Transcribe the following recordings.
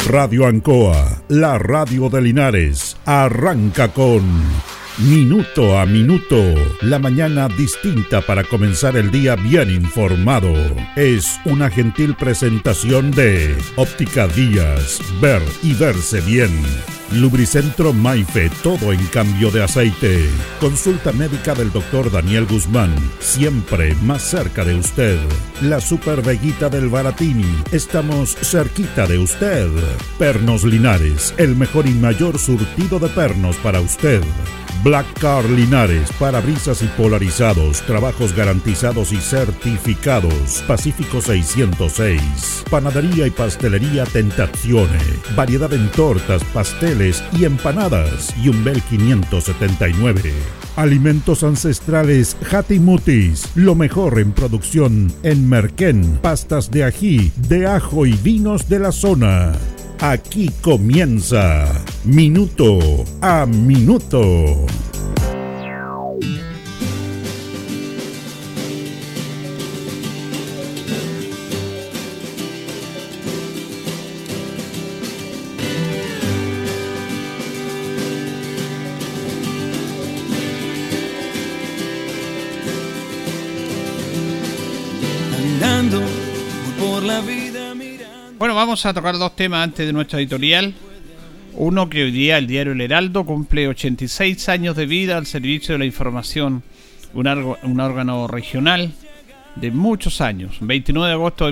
Radio Ancoa, la radio de Linares, arranca con Minuto a Minuto, la mañana distinta para comenzar el día bien informado. Es una gentil presentación de Óptica Díaz, ver y verse bien. Lubricentro Maife, todo en cambio de aceite. Consulta médica del doctor Daniel Guzmán, siempre más cerca de usted. La Super Veguita del Baratini, estamos cerquita de usted. Pernos Linares, el mejor y mayor surtido de pernos para usted. Black Car Linares, parabrisas y polarizados, trabajos garantizados y certificados. Pacífico 606. Panadería y pastelería Tentazione, variedad en tortas, pasteles y empanadas. Yumbel 579. Alimentos ancestrales Hatimutis, lo mejor en producción en Merquén, pastas de ají, de ajo y vinos de la zona. Aquí comienza Minuto a Minuto. Andando por la vida. Bueno, vamos a tocar dos temas antes de nuestra editorial. Uno, que hoy día el diario El Heraldo cumple 86 años de vida al servicio de la información, un órgano regional de muchos años. 29 de agosto de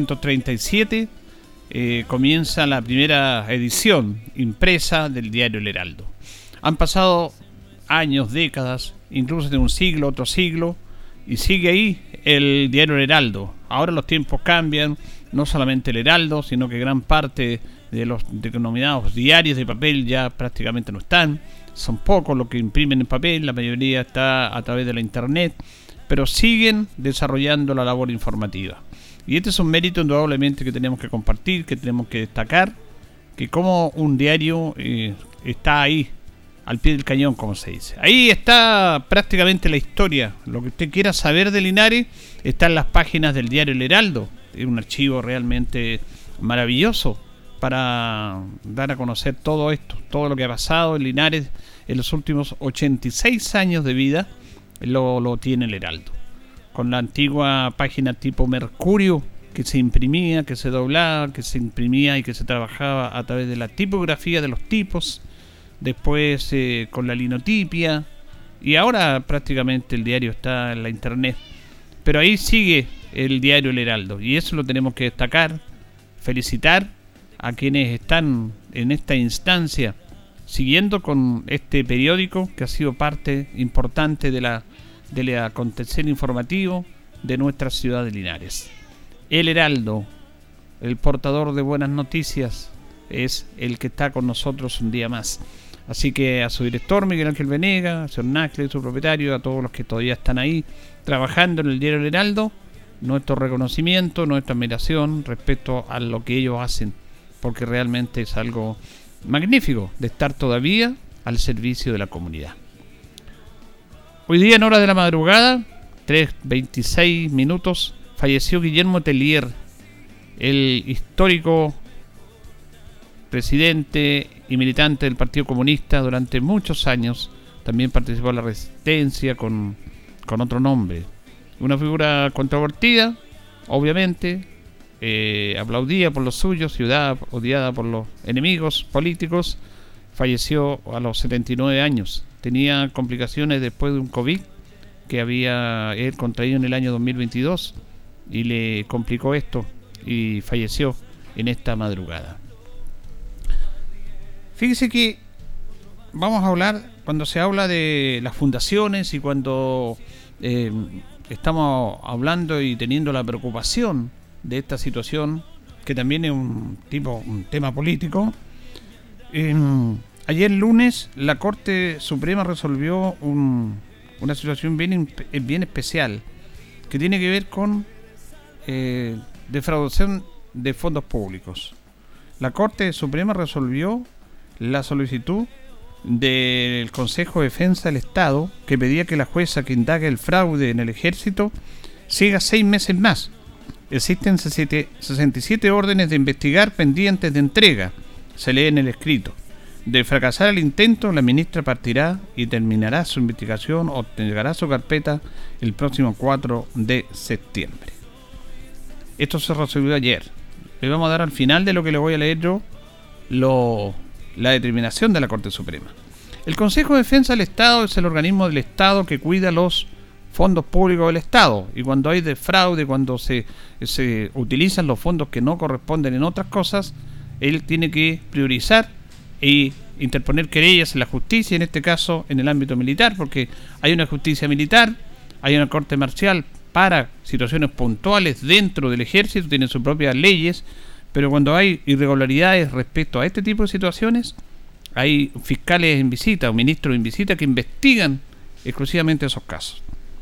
1937 comienza la primera edición impresa del diario El Heraldo. Han pasado años, décadas, incluso de un siglo, otro siglo, y sigue ahí el diario El Heraldo. Ahora los tiempos cambian. No solamente el Heraldo, sino que gran parte de los denominados diarios de papel ya prácticamente no están. Son pocos los que imprimen en papel, la mayoría está a través de la internet, pero siguen desarrollando la labor informativa. Y este es un mérito indudablemente que tenemos que compartir, que tenemos que destacar, que como un diario está ahí, al pie del cañón, como se dice. Ahí está prácticamente la historia. Lo que usted quiera saber de Linares está en las páginas del diario El Heraldo. Es un archivo realmente maravilloso para dar a conocer todo esto, todo lo que ha pasado en Linares en los últimos 86 años de vida. Lo tiene El Heraldo, con la antigua página tipo Mercurio, que se imprimía, que se doblaba, que se imprimía y que se trabajaba a través de la tipografía de los tipos, después con la linotipia, y ahora prácticamente el diario está en la internet, pero ahí sigue el diario El Heraldo, y eso lo tenemos que destacar, felicitar a quienes están en esta instancia siguiendo con este periódico que ha sido parte importante del acontecer informativo de nuestra ciudad de Linares. El Heraldo, el portador de buenas noticias, es el que está con nosotros un día más. Así que a su director Miguel Ángel Venega, a señor Nacle, su propietario, a todos los que todavía están ahí trabajando en el diario El Heraldo, nuestro reconocimiento, nuestra admiración respecto a lo que ellos hacen, porque realmente es algo magnífico de estar todavía al servicio de la comunidad. Hoy día en horas de la madrugada, 3:26 minutos, falleció Guillermo Tellier, el histórico presidente y militante del Partido Comunista durante muchos años. También participó en la Resistencia con otro nombre. Una figura controvertida, obviamente, aplaudida por los suyos, odiada por los enemigos políticos. Falleció a los 79 años. Tenía complicaciones después de un COVID que había él contraído en el año 2022 y le complicó esto y falleció en esta madrugada. Fíjese que vamos a hablar, cuando se habla de las fundaciones y cuando estamos hablando y teniendo la preocupación de esta situación, que también es un tema político. Ayer lunes la Corte Suprema resolvió una situación bien especial que tiene que ver con defraudación de fondos públicos. La Corte Suprema resolvió la solicitud del Consejo de Defensa del Estado, que pedía que la jueza que indague el fraude en el Ejército siga 6 meses más Existen 67 órdenes de investigar pendientes de entrega, se lee en el escrito. De fracasar el intento, la ministra partirá y terminará su investigación o entregará su carpeta el próximo 4 de septiembre. Esto se resolvió ayer. Le vamos a dar al final de lo que le voy a leer yo la determinación de la Corte Suprema. El Consejo de Defensa del Estado es el organismo del Estado que cuida los fondos públicos del Estado, y cuando hay fraude, cuando se utilizan los fondos que no corresponden en otras cosas, él tiene que priorizar y interponer querellas en la justicia, en este caso en el ámbito militar, porque hay una justicia militar, hay una corte marcial para situaciones puntuales dentro del ejército, tienen sus propias leyes, pero cuando hay irregularidades respecto a este tipo de situaciones, hay fiscales en visita o ministros en visita que investigan exclusivamente esos casos.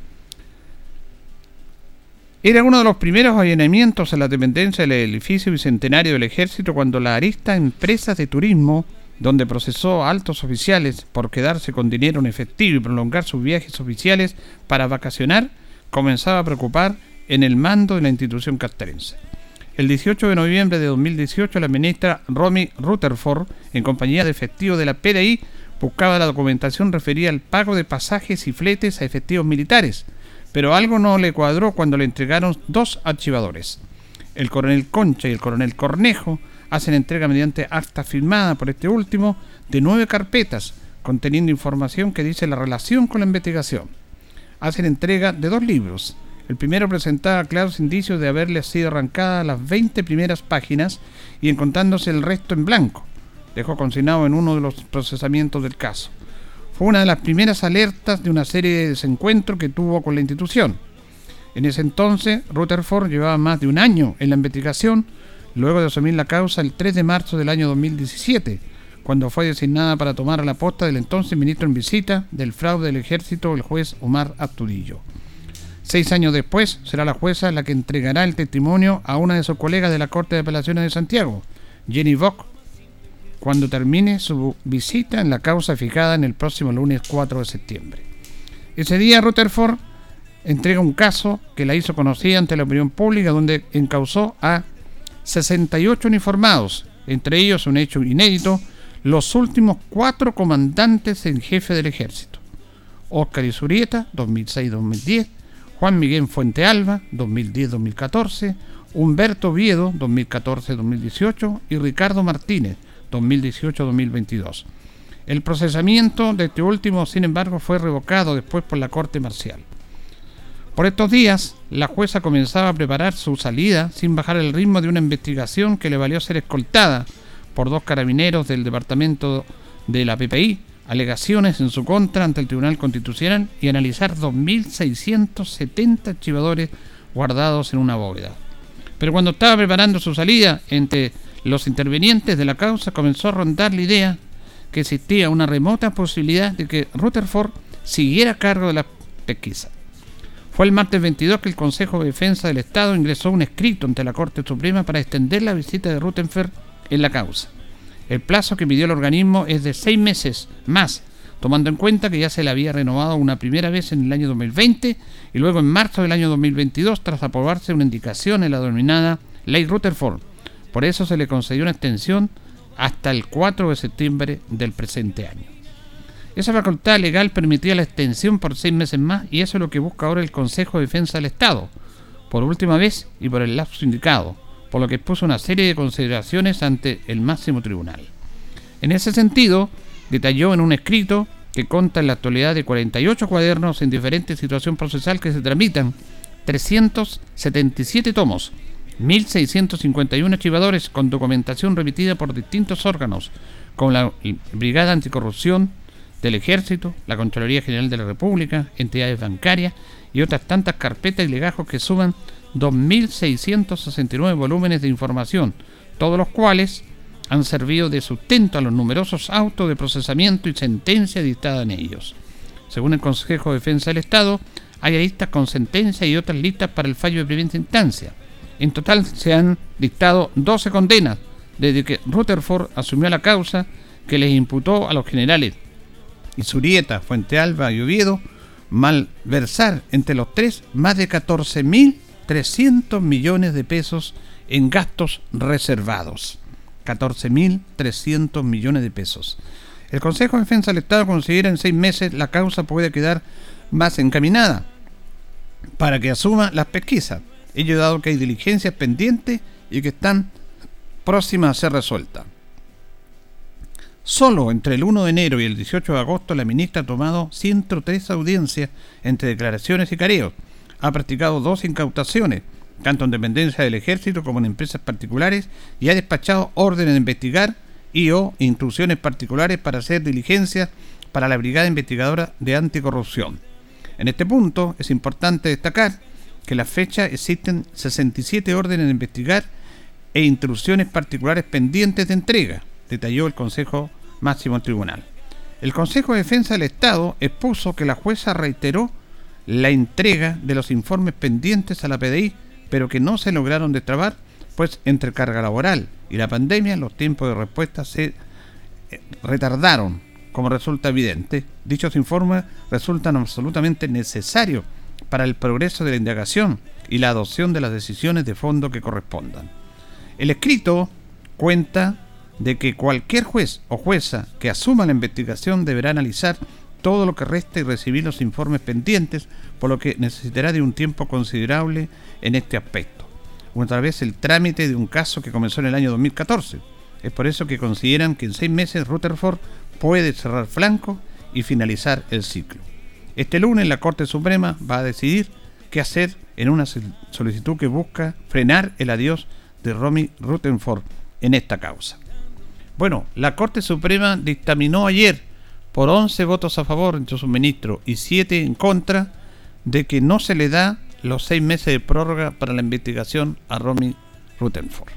Era uno de los primeros allanamientos en la dependencia del edificio bicentenario del ejército cuando la arista Empresas de Turismo, donde procesó a altos oficiales por quedarse con dinero en efectivo y prolongar sus viajes oficiales para vacacionar, comenzaba a preocupar en el mando de la institución castrense. El 18 de noviembre de 2018, la ministra Romy Rutherford, en compañía de efectivos de la PDI, buscaba la documentación referida al pago de pasajes y fletes a efectivos militares, pero algo no le cuadró cuando le entregaron dos archivadores. El coronel Concha y el coronel Cornejo hacen entrega mediante acta firmada por este último de 9 carpetas conteniendo información que dice la relación con la investigación. Hacen entrega de 2 libros. El primero presentaba claros indicios de haberle sido arrancadas las 20 primeras páginas y encontrándose el resto en blanco. Dejó consignado en uno de los procesamientos del caso. Fue una de las primeras alertas de una serie de desencuentros que tuvo con la institución. En ese entonces, Rutherford llevaba más de un año en la investigación, luego de asumir la causa el 3 de marzo del año 2017, cuando fue designada para tomar la posta del entonces ministro en visita del fraude del ejército, el juez Omar Astudillo. 6 años después, será la jueza la que entregará el testimonio a una de sus colegas de la Corte de Apelaciones de Santiago, Jenny Bock, cuando termine su visita en la causa fijada en el próximo lunes 4 de septiembre. Ese día Rutherford entrega un caso que la hizo conocida ante la opinión pública, donde encausó a 68 uniformados, entre ellos un hecho inédito, los últimos 4 comandantes en jefe del ejército: Óscar Izurieta, 2006-2010, Juan Miguel Fuentealba, 2010-2014, Humberto Oviedo, 2014-2018 y Ricardo Martínez, 2018-2022. El procesamiento de este último, sin embargo, fue revocado después por la Corte Marcial. Por estos días, la jueza comenzaba a preparar su salida sin bajar el ritmo de una investigación que le valió ser escoltada por 2 carabineros del departamento de la PPI, alegaciones en su contra ante el Tribunal Constitucional y analizar 2.670 archivadores guardados en una bóveda. Pero cuando estaba preparando su salida, entre los intervenientes de la causa comenzó a rondar la idea que existía una remota posibilidad de que Rutherford siguiera a cargo de la pesquisa. Fue el martes 22 que el Consejo de Defensa del Estado ingresó un escrito ante la Corte Suprema para extender la visita de Rutherford en la causa. El plazo que pidió el organismo es de 6 meses más, tomando en cuenta que ya se le había renovado una primera vez en el año 2020 y luego en marzo del año 2022 tras aprobarse una indicación en la denominada Ley Rutherford. Por eso se le concedió una extensión hasta el 4 de septiembre del presente año. Esa facultad legal permitía la extensión por 6 meses más y eso es lo que busca ahora el Consejo de Defensa del Estado, por última vez y por el lapso indicado, por lo que expuso una serie de consideraciones ante el máximo tribunal. En ese sentido, detalló en un escrito que consta en la actualidad de 48 cuadernos en diferentes situaciones procesal que se tramitan, 377 tomos, 1.651 archivadores con documentación remitida por distintos órganos, como la Brigada Anticorrupción del Ejército, la Contraloría General de la República, entidades bancarias y otras tantas carpetas y legajos que suman 2.669 volúmenes de información, todos los cuales han servido de sustento a los numerosos autos de procesamiento y sentencia dictada en ellos. Según el Consejo de Defensa del Estado, hay listas con sentencia y otras listas para el fallo de primera instancia. En total se han dictado 12 condenas desde que Rutherford asumió la causa, que les imputó a los generales Izurieta, Fuentealba y Oviedo malversar entre los tres más de 14.000 14.300 millones de pesos en gastos reservados. 14.300 millones de pesos. El Consejo de Defensa del Estado considera en 6 meses la causa puede quedar más encaminada para que asuma las pesquisas, ello dado que hay diligencias pendientes y que están próximas a ser resueltas. Solo entre el 1 de enero y el 18 de agosto la ministra ha tomado 103 audiencias entre declaraciones y careos, ha practicado 2 incautaciones, tanto en dependencias del Ejército como en empresas particulares, y ha despachado órdenes de investigar y o instrucciones particulares para hacer diligencias para la Brigada Investigadora de Anticorrupción. En este punto es importante destacar que a la fecha existen 67 órdenes de investigar e instrucciones particulares pendientes de entrega, detalló el Consejo Máximo Tribunal. El Consejo de Defensa del Estado expuso que la jueza reiteró la entrega de los informes pendientes a la PDI, pero que no se lograron destrabar, pues entre carga laboral y la pandemia los tiempos de respuesta se retardaron. Como resulta evidente, dichos informes resultan absolutamente necesarios para el progreso de la indagación y la adopción de las decisiones de fondo que correspondan. El escrito cuenta de que cualquier juez o jueza que asuma la investigación deberá analizar todo lo que resta y recibir los informes pendientes, por lo que necesitará de un tiempo considerable en este aspecto. Otra vez el trámite de un caso que comenzó en el año 2014. Es por eso que consideran que en 6 meses Rutherford puede cerrar flanco y finalizar el ciclo. Este lunes la Corte Suprema va a decidir qué hacer en una solicitud que busca frenar el adiós de Romy Rutherford en esta causa. Bueno, la Corte Suprema dictaminó ayer por 11 votos a favor entre sus ministros y 7 en contra de que no se le da los 6 meses de prórroga para la investigación a Romy Rutherford.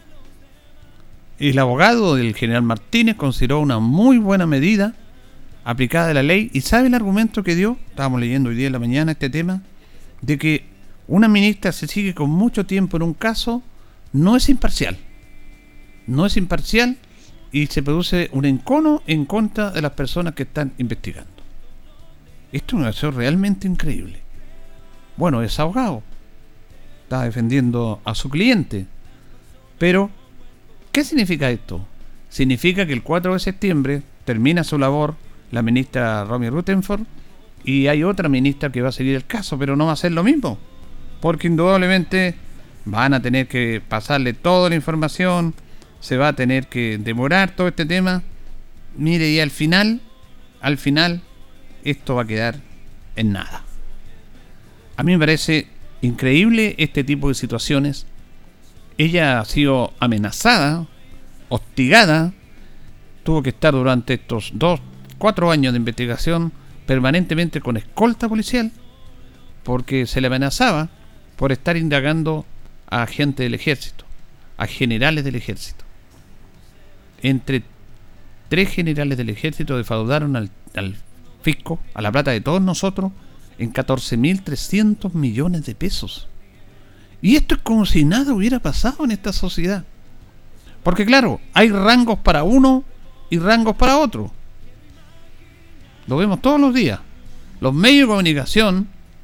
El abogado del general Martínez consideró una muy buena medida aplicada de la ley, y ¿sabe el argumento que dio? Estábamos leyendo hoy día en la mañana este tema, de que una ministra se sigue con mucho tiempo en un caso, no es imparcial y se produce un encono en contra de las personas que están investigando. Esto es una acción realmente increíble. Bueno, es abogado, está defendiendo a su cliente, pero ¿qué significa esto? Significa que el 4 de septiembre termina su labor la ministra Romy Rutherford y hay otra ministra que va a seguir el caso, pero no va a ser lo mismo, porque indudablemente van a tener que pasarle toda la información, se va a tener que demorar todo este tema. Mire, y al final esto va a quedar en nada. A mí me parece increíble este tipo de situaciones. Ella ha sido amenazada, hostigada, tuvo que estar durante estos 4 años de investigación permanentemente con escolta policial, porque se le amenazaba por estar indagando a agentes del ejército, a generales del ejército. Entre 3 generales del ejército defraudaron al fisco, a la plata de todos nosotros, en 14.300 millones de pesos. Y esto es como si nada hubiera pasado en esta sociedad. Porque claro, hay rangos para uno y rangos para otro. Lo vemos todos los días. Los medios de comunicación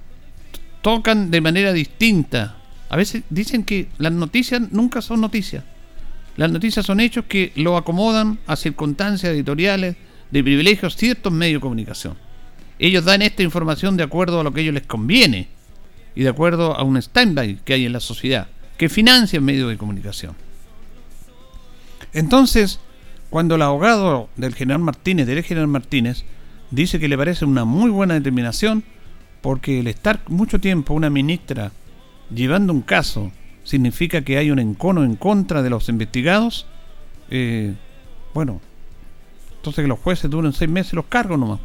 tocan de manera distinta. A veces dicen que las noticias nunca son noticias. Las noticias son hechos que lo acomodan a circunstancias editoriales de privilegios ciertos medios de comunicación. Ellos dan esta información de acuerdo a lo que a ellos les conviene y de acuerdo a un stand-by que hay en la sociedad, que financia medios de comunicación. Entonces, cuando el abogado del general Martínez, dice que le parece una muy buena determinación, porque el estar mucho tiempo una ministra llevando un caso significa que hay un encono en contra de los investigados, bueno, entonces que los jueces duren 6 meses los cargos nomás.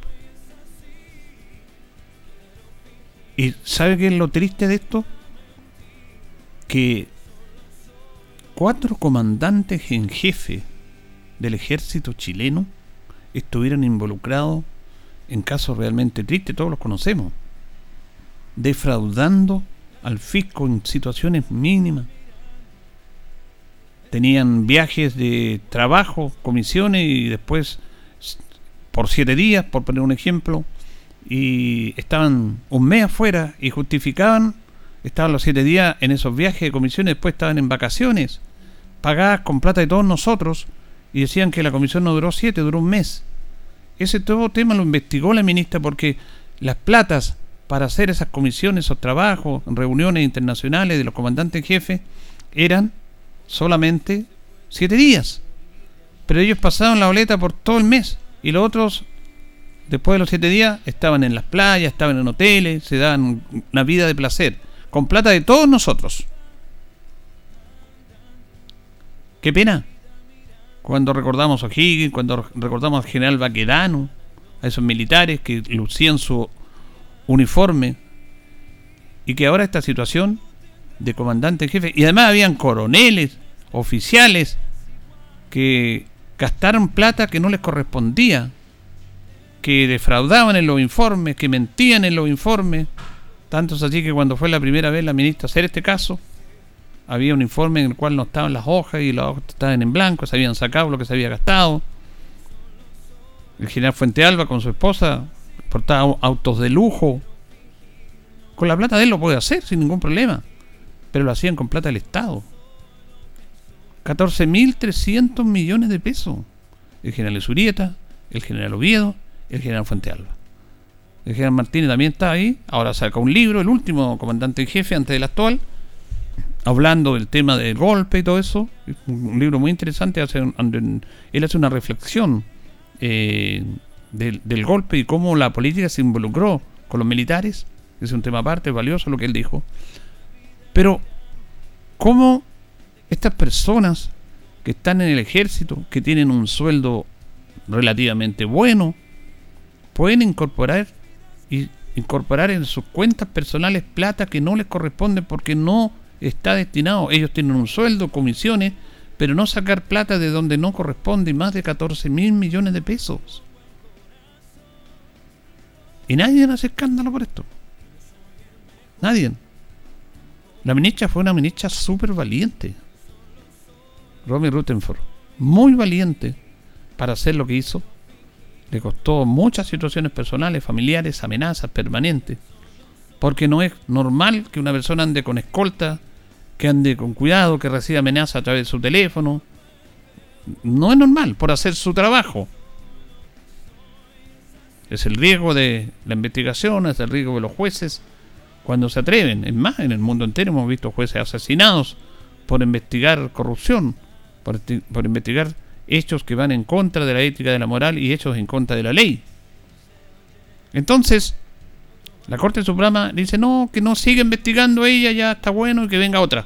¿Y sabe qué es lo triste de esto? Que 4 comandantes en jefe del ejército chileno estuvieron involucrados en casos realmente tristes, todos los conocemos, defraudando al fisco en situaciones mínimas. Tenían viajes de trabajo, comisiones y después por 7 días, por poner un ejemplo, y estaban un mes afuera y justificaban estaban los 7 días en esos viajes de comisiones, después estaban en vacaciones, pagadas con plata de todos nosotros, y decían que la comisión no duró 7, duró un mes. Ese todo tema lo investigó la ministra, porque las platas para hacer esas comisiones, esos trabajos, reuniones internacionales de los comandantes en jefe, eran solamente 7 días. Pero ellos pasaban la boleta por todo el mes, y los otros, después de los 7 días, estaban en las playas, estaban en hoteles, se daban una vida de placer, con plata de todos nosotros. Qué pena cuando recordamos a O'Higgins, cuando recordamos al general Baquedano, a esos militares que lucían su uniforme, y que ahora esta situación de comandante en jefe, y además habían coroneles, oficiales que gastaron plata que no les correspondía, que defraudaban en los informes, que mentían en los informes. Tanto es así que cuando fue la primera vez la ministra a hacer este caso, había un informe en el cual no estaban las hojas y las hojas estaban en blanco, se habían sacado lo que se había gastado. El general Fuentealba con su esposa portaba autos de lujo. Con la plata de él lo puede hacer sin ningún problema, pero lo hacían con plata del Estado. 14.300 millones de pesos. El general Zurieta, el general Oviedo, el general Fuentealba. El general Martínez también está ahí. Ahora saca un libro, el último comandante en jefe antes del actual, hablando del tema del golpe y todo eso. Un libro muy interesante. Él hace una reflexión del golpe y cómo la política se involucró con los militares. Es un tema aparte, valioso lo que él dijo. Pero cómo estas personas que están en el ejército, que tienen un sueldo relativamente bueno, pueden incorporar en sus cuentas personales plata que no les corresponde porque no está destinado. Ellos tienen un sueldo, comisiones, pero no sacar plata de donde no corresponde, más de 14.000 millones de pesos. Y nadie hace escándalo por esto. Nadie. La ministra fue una ministra súper valiente, Romy Rutherford, muy valiente para hacer lo que hizo. Le costó muchas situaciones personales, familiares, amenazas permanentes, porque no es normal que una persona ande con escolta, que ande con cuidado, que reciba amenazas a través de su teléfono. No es normal, por hacer su trabajo. Es el riesgo de la investigación, es el riesgo de los jueces cuando se atreven. Es más, en el mundo entero hemos visto jueces asesinados por investigar corrupción, por investigar hechos que van en contra de la ética, de la moral, y hechos en contra de la ley. Entonces, la Corte Suprema dice no, que no siga investigando ella, ya está bueno, y que venga otra.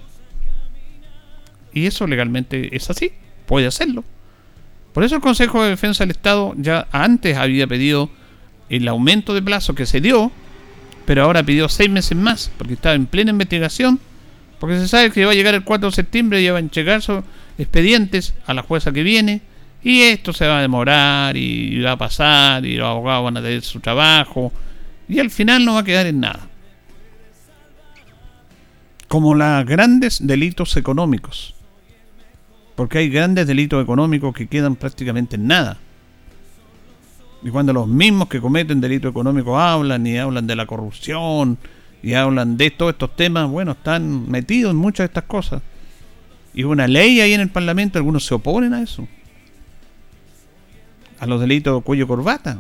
Y eso legalmente es así, puede hacerlo. Por eso el Consejo de Defensa del Estado ya antes había pedido el aumento de plazo, que se dio, pero ahora pidió 6 meses más, porque estaba en plena investigación, porque se sabe que va a llegar el 4 de septiembre y ya van a llegar sus expedientes a la jueza que viene, y esto se va a demorar, y va a pasar, y los abogados van a tener su trabajo, y al final no va a quedar en nada. Como los grandes delitos económicos, porque hay grandes delitos económicos que quedan prácticamente en nada. Y cuando los mismos que cometen delitos económicos hablan de la corrupción y hablan de todos estos temas, bueno, están metidos en muchas de estas cosas. Y una ley ahí en el Parlamento, algunos se oponen a eso, a los delitos de cuello corbata,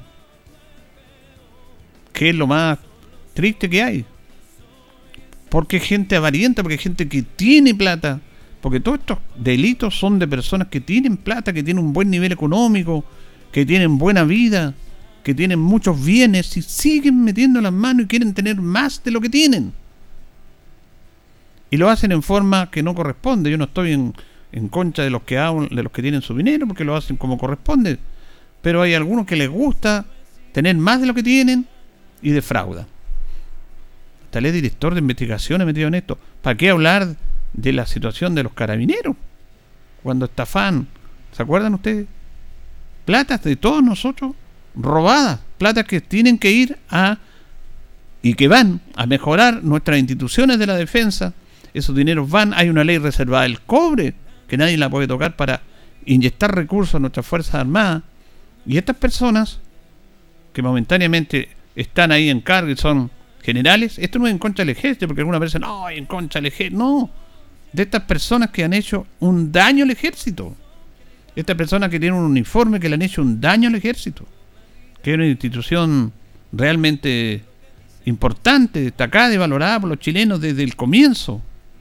que es lo más triste que hay, porque hay gente avarienta, porque hay gente que tiene plata, porque todos estos delitos son de personas que tienen plata, que tienen un buen nivel económico, que tienen buena vida, que tienen muchos bienes, y siguen metiendo las manos y quieren tener más de lo que tienen. Y lo hacen en forma que no corresponde. Yo no estoy en contra de los que hablan, de los que tienen su dinero, porque lo hacen como corresponde. Pero hay algunos que les gusta tener más de lo que tienen y defraudan. Tal vez director de investigaciones metido en esto. ¿Para qué hablar de la situación de los carabineros? Cuando estafan, ¿se acuerdan ustedes? Platas de todos nosotros robadas, platas que tienen que ir y que van a mejorar nuestras instituciones de la defensa. Esos dineros van, hay una ley reservada del cobre que nadie la puede tocar para inyectar recursos a nuestras Fuerzas Armadas. Y estas personas que momentáneamente están ahí en cargo y son generales. Esto no es en contra del ejército, porque algunas veces no, en contra del ejército. No, de estas personas que han hecho un daño al ejército. Estas personas que tienen un uniforme que le han hecho un daño al ejército. Que es una institución realmente importante, destacada y valorada por los chilenos desde el comienzo.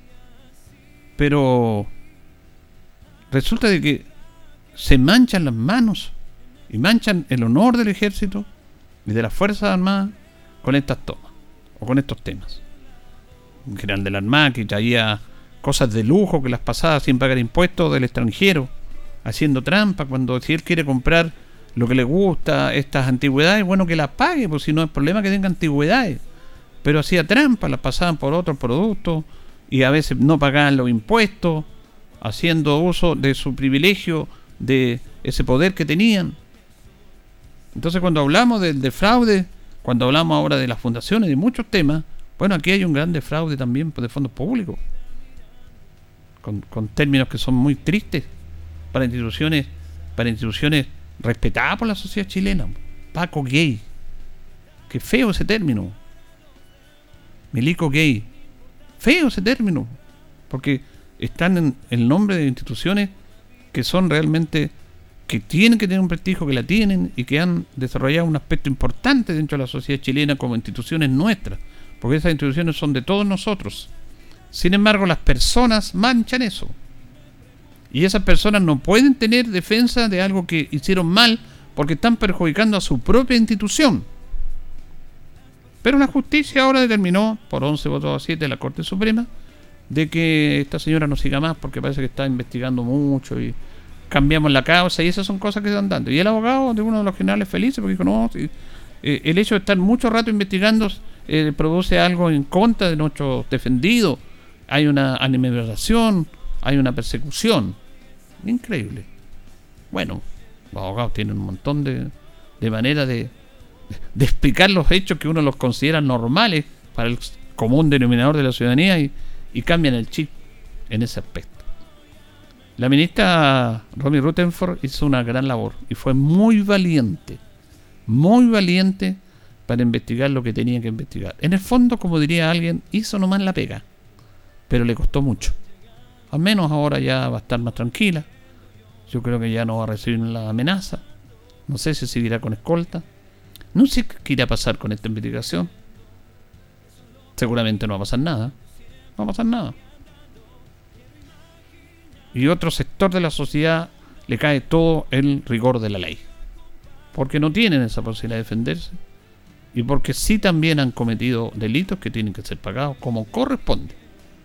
Pero resulta de que se manchan las manos y manchan el honor del ejército y de las Fuerzas Armadas con estas tomas o con estos temas. Un general de la Armada que traía cosas de lujo que las pasaba sin pagar impuestos del extranjero, haciendo trampa cuando si él quiere comprar lo que le gusta, estas antigüedades, bueno, que las pague, pues si no es problema que tenga antigüedades. Pero hacía trampa, las pasaban por otros productos y a veces no pagaban los impuestos, haciendo uso de su privilegio, de ese poder que tenían. Entonces cuando hablamos del defraude, cuando hablamos ahora de las fundaciones, de muchos temas, bueno, aquí hay un gran defraude también de fondos públicos, con términos que son muy tristes para instituciones respetadas por la sociedad chilena. Paco Gay, qué feo ese término. Milico Gay, feo ese término, porque están en el nombre de instituciones que son realmente, que tienen que tener un prestigio, que la tienen y que han desarrollado un aspecto importante dentro de la sociedad chilena como instituciones nuestras, porque esas instituciones son de todos nosotros. Sin embargo, las personas manchan eso, y esas personas no pueden tener defensa de algo que hicieron mal porque están perjudicando a su propia institución. Pero la justicia ahora determinó, por 11 votos a 7 de la Corte Suprema, de que esta señora no siga más porque parece que está investigando mucho y cambiamos la causa, y esas son cosas que se están dando. Y el abogado de uno de los generales felices porque dijo, no, el hecho de estar mucho rato investigando produce algo en contra de nuestros defendidos. Hay una animadversión, hay una persecución. Increíble. Bueno, los abogados tienen un montón de maneras de explicar los hechos que uno los considera normales para el común denominador de la ciudadanía y cambian el chip en ese aspecto. La ministra Romy Rutherford hizo una gran labor y fue muy valiente para investigar lo que tenía que investigar. En el fondo, como diría alguien, hizo nomás la pega, pero le costó mucho. Al menos ahora ya va a estar más tranquila. Yo creo que ya no va a recibir la amenaza. No sé si seguirá con escolta. No sé qué irá a pasar con esta investigación. Seguramente no va a pasar nada. No va a pasar nada. Y otro sector de la sociedad le cae todo el rigor de la ley, porque no tienen esa posibilidad de defenderse y porque sí también han cometido delitos que tienen que ser pagados como corresponde.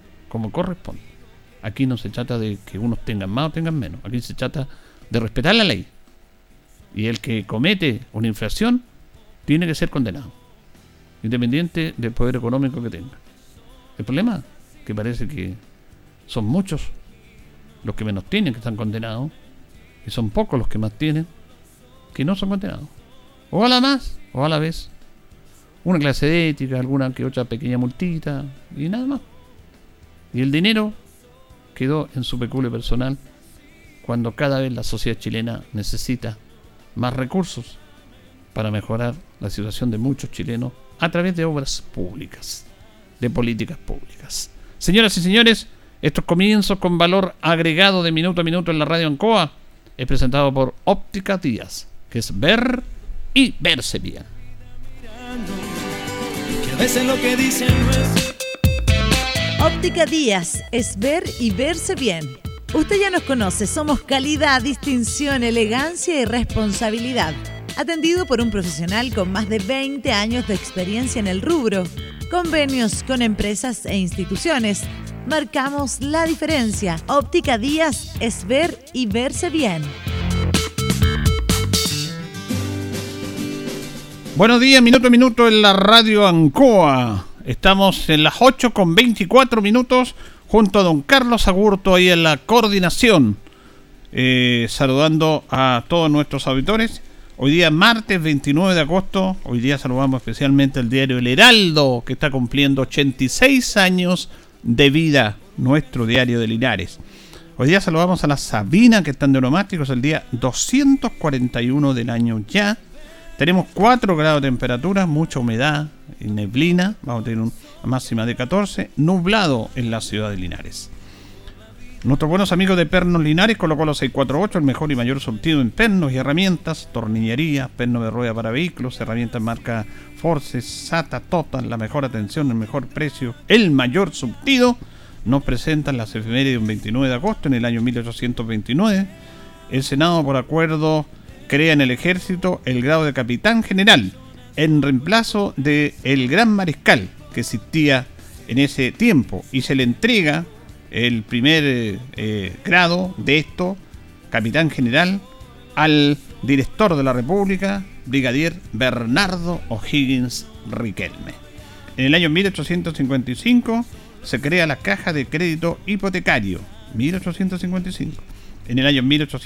Aquí no se trata de que unos tengan más o tengan menos. Aquí se trata de respetar la ley, y el que comete una infracción tiene que ser condenado, independiente del poder económico que tenga. El problema es que parece que son muchos los que menos tienen que están condenados, y son pocos los que más tienen que no son condenados. Ojalá más, ojalá vez una clase de ética, alguna que otra pequeña multita y nada más. Y el dinero quedó en su peculio personal, cuando cada vez la sociedad chilena necesita más recursos para mejorar la situación de muchos chilenos a través de obras públicas, de políticas públicas. Señoras y señores, estos comienzos con valor agregado de minuto a minuto en la radio Ancoa es presentado por Óptica Díaz, que es ver y verse bien. Óptica Díaz es ver y verse bien. Usted ya nos conoce, somos calidad, distinción, elegancia y responsabilidad. Atendido por un profesional con más de 20 años de experiencia en el rubro. Convenios con empresas e instituciones. Marcamos la diferencia. Óptica Díaz es ver y verse bien. Buenos días, minuto a minuto en la radio Ancoa. Estamos en las 8:24 junto a don Carlos Agurto ahí en la coordinación. Saludando a todos nuestros auditores. Hoy día martes 29 de agosto. Hoy día saludamos especialmente al diario El Heraldo, que está cumpliendo 86 años de vida, nuestro diario de Linares. Hoy día saludamos a la Sabina, que están de onomáticos, el día 241 del año ya. Tenemos 4 grados de temperatura, mucha humedad y neblina. Vamos a tener una máxima de 14, nublado en la ciudad de Linares. Nuestros buenos amigos de Pernos Linares colocó los 648, el mejor y mayor surtido en pernos y herramientas, tornillería, perno de rueda para vehículos, herramientas marca Force, SATA, Total, la mejor atención, el mejor precio, el mayor surtido. Nos presentan las efemérides de un 29 de agosto en el año 1829. El Senado, por acuerdo, crea en el ejército el grado de capitán general en reemplazo de el gran mariscal que existía en ese tiempo, y se le entrega el primer grado de esto, capitán general, al director de la República, brigadier Bernardo O'Higgins Riquelme. En el año 1855 se crea la Caja de Crédito Hipotecario, 1855. En el año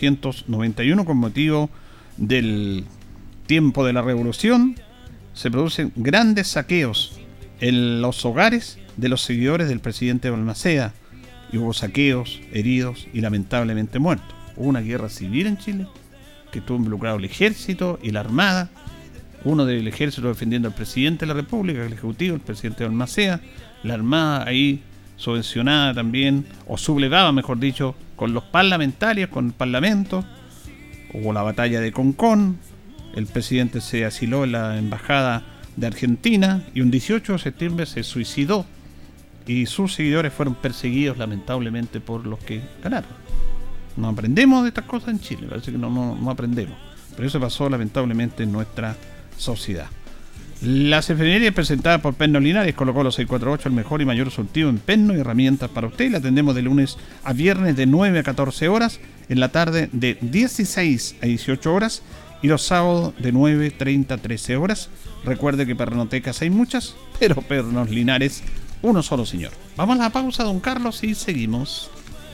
1891, con motivo del tiempo de la Revolución, se producen grandes saqueos en los hogares de los seguidores del presidente Balmaceda, y hubo saqueos, heridos y lamentablemente muertos. Hubo una guerra civil en Chile, que estuvo involucrado el ejército y la armada, uno del ejército defendiendo al presidente de la República, el ejecutivo, el presidente Balmaceda, la armada ahí subvencionada también, o sublevada mejor dicho, con los parlamentarios, con el parlamento. Hubo la batalla de Concón, el presidente se asiló en la embajada de Argentina y un 18 de septiembre se suicidó, y sus seguidores fueron perseguidos lamentablemente por los que ganaron. No aprendemos de estas cosas en Chile, parece que no aprendemos, pero eso pasó lamentablemente en nuestra sociedad. Las efemérides presentadas por Pernos Linares colocó los 648, el mejor y mayor surtido en pernos y herramientas para usted. La atendemos de lunes a viernes de 9 a 14 horas, en la tarde de 16 a 18 horas y los sábados de 9:30 a 13 horas. Recuerde que pernotecas hay muchas, pero Pernos Linares uno solo, señor. Vamos a la pausa, don Carlos, y seguimos.